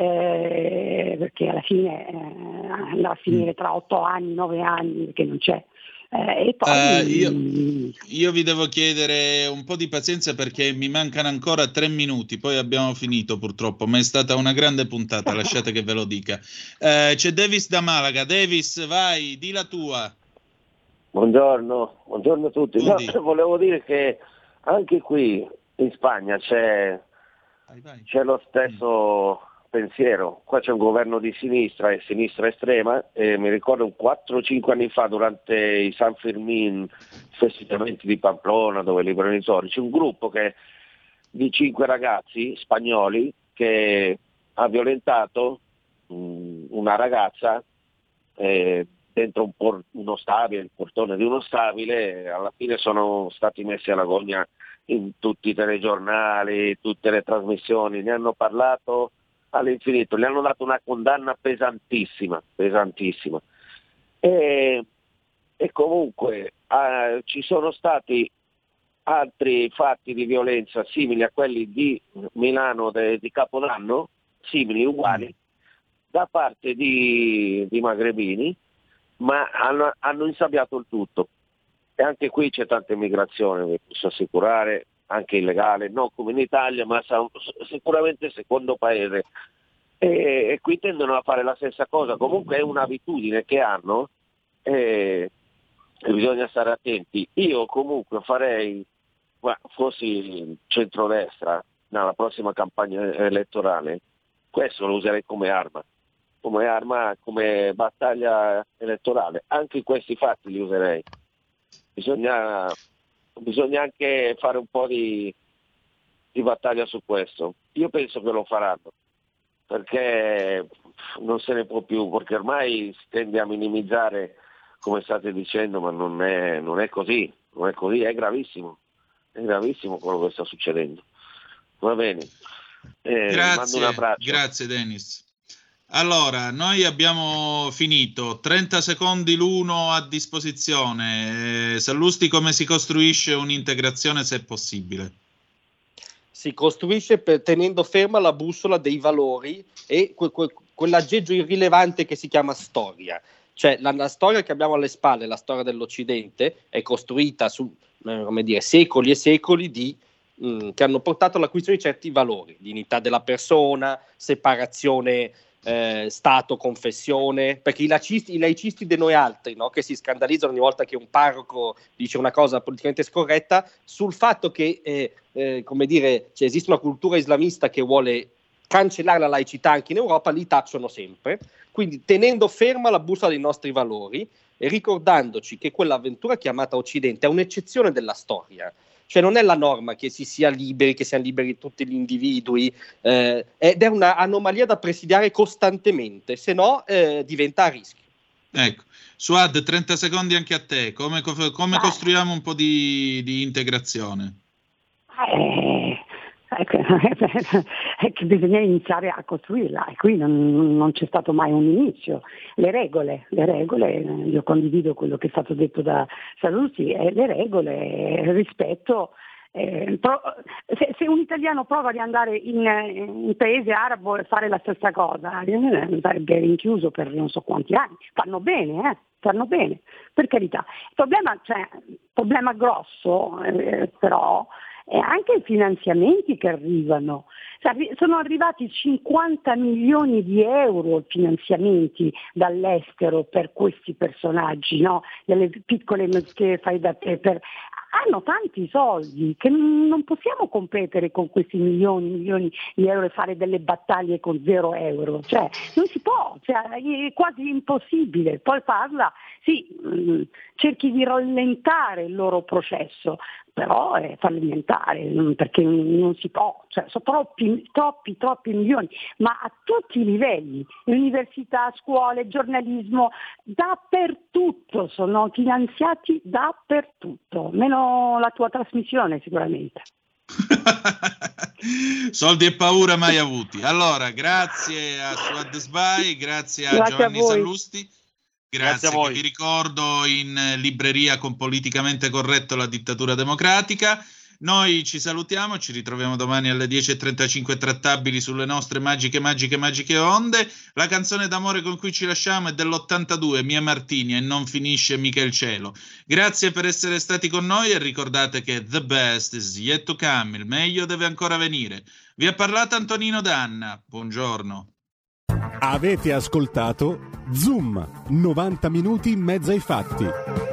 eh, perché alla fine eh, andrà a finire tra otto anni, nove anni, perché non c'è. Eh, e poi... Uh, io, io vi devo chiedere un po' di pazienza perché mi mancano ancora tre minuti, poi abbiamo finito purtroppo, ma è stata una grande puntata, lasciate che ve lo dica. Uh, c'è Davis da Malaga. Davis, vai, di la tua. Buongiorno, buongiorno a tutti. No, volevo dire che anche qui in Spagna c'è, vai, vai. c'è lo stesso... pensiero. Qua c'è un governo di sinistra e sinistra estrema, e mi ricordo quattro cinque anni fa durante i San Fermin, festeggiamenti di Pamplona dove liberano i tori, c'è un gruppo che, di cinque ragazzi spagnoli che ha violentato mh, una ragazza eh, dentro un por- uno stabile, il portone di uno stabile, e alla fine sono stati messi alla gogna in tutti i telegiornali, tutte le trasmissioni, ne hanno parlato all'infinito, gli hanno dato una condanna pesantissima, pesantissima. E, e comunque eh, ci sono stati altri fatti di violenza simili a quelli di Milano de, di Capodanno, simili, uguali, da parte di, di magrebini, ma hanno, hanno insabbiato il tutto. E anche qui c'è tanta immigrazione, vi posso assicurare, anche illegale, non come in Italia, ma sicuramente secondo paese. E, e qui tendono a fare la stessa cosa. Comunque è un'abitudine che hanno e, e bisogna stare attenti. Io comunque farei, ma fossi centrodestra nella prossima campagna elettorale, questo lo userei come arma, come arma, come battaglia elettorale. Anche questi fatti li userei. Bisogna Bisogna anche fare un po' di, di battaglia su questo. Io penso che lo faranno, perché non se ne può più, perché ormai si tende a minimizzare, come state dicendo, ma non è, non è così, non è così, è gravissimo, è gravissimo quello che sta succedendo. Va bene, eh, grazie, mando un abbraccio. Grazie Dennis. Allora, noi abbiamo finito, trenta secondi l'uno a disposizione. Eh, Sallusti, come si costruisce un'integrazione, se è possibile? Si costruisce per, tenendo ferma la bussola dei valori e que, que, quell'aggeggio irrilevante che si chiama storia. Cioè la, la storia che abbiamo alle spalle, la storia dell'Occidente, è costruita su eh, come dire, secoli e secoli di mh, che hanno portato all'acquisizione di certi valori, dignità della persona, separazione Eh, Stato, confessione, perché i laicisti, i laicisti di noi altri, no? Che si scandalizzano ogni volta che un parroco dice una cosa politicamente scorretta, sul fatto che eh, eh, come dire, cioè, esiste una cultura islamista che vuole cancellare la laicità anche in Europa, li tacciono sempre. Quindi tenendo ferma la bussola dei nostri valori e ricordandoci che quell'avventura chiamata Occidente è un'eccezione della storia. Cioè non è la norma che si sia liberi, che siano liberi tutti gli individui, eh, ed è un'anomalia da presidiare costantemente, se no eh, diventa a rischio. Ecco, Suad, trenta secondi anche a te, come, come ah. costruiamo un po' di, di integrazione? Eh, è che bisogna iniziare a costruirla e qui non, non c'è stato mai un inizio. Le regole, le regole, io condivido quello che è stato detto da Sallusti, eh, le regole, rispetto. Eh, pro, se, se un italiano prova di andare in un paese arabo e fare la stessa cosa, sarebbe rinchiuso per non so quanti anni. Fanno bene, eh? Fanno bene, per carità. Il problema, cioè, problema grosso, eh, però, è anche i finanziamenti che arrivano. Sono arrivati cinquanta milioni di euro finanziamenti dall'estero per questi personaggi, no? Delle piccole moschee fai da te, per... hanno tanti soldi che non possiamo competere con questi milioni milioni di euro e fare delle battaglie con zero euro, cioè non si può, cioè, è quasi impossibile. Poi parla, sì, mh, cerchi di rallentare il loro processo, però è fallimentare, perché non si può, cioè sono troppi, troppi, troppi milioni, ma a tutti i livelli, università, scuole, giornalismo, dappertutto, sono finanziati dappertutto, meno la tua trasmissione sicuramente. Soldi e paura mai avuti. Allora, grazie a Suad Sbai, grazie a Grazie Giovanni a voi. Sallusti. Grazie, Grazie a voi. che vi ricordo in libreria con Politicamente Corretto la dittatura democratica. Noi ci salutiamo, ci ritroviamo domani alle dieci e trentacinque trattabili sulle nostre magiche, magiche, magiche onde. La canzone d'amore con cui ci lasciamo è dell'ottantadue, Mia Martini, e non finisce mica il cielo. Grazie per essere stati con noi e ricordate che the best is yet to come, il meglio deve ancora venire. Vi ha parlato Antonino Danna, buongiorno. Avete ascoltato Zoom, novanta minuti in mezzo ai fatti.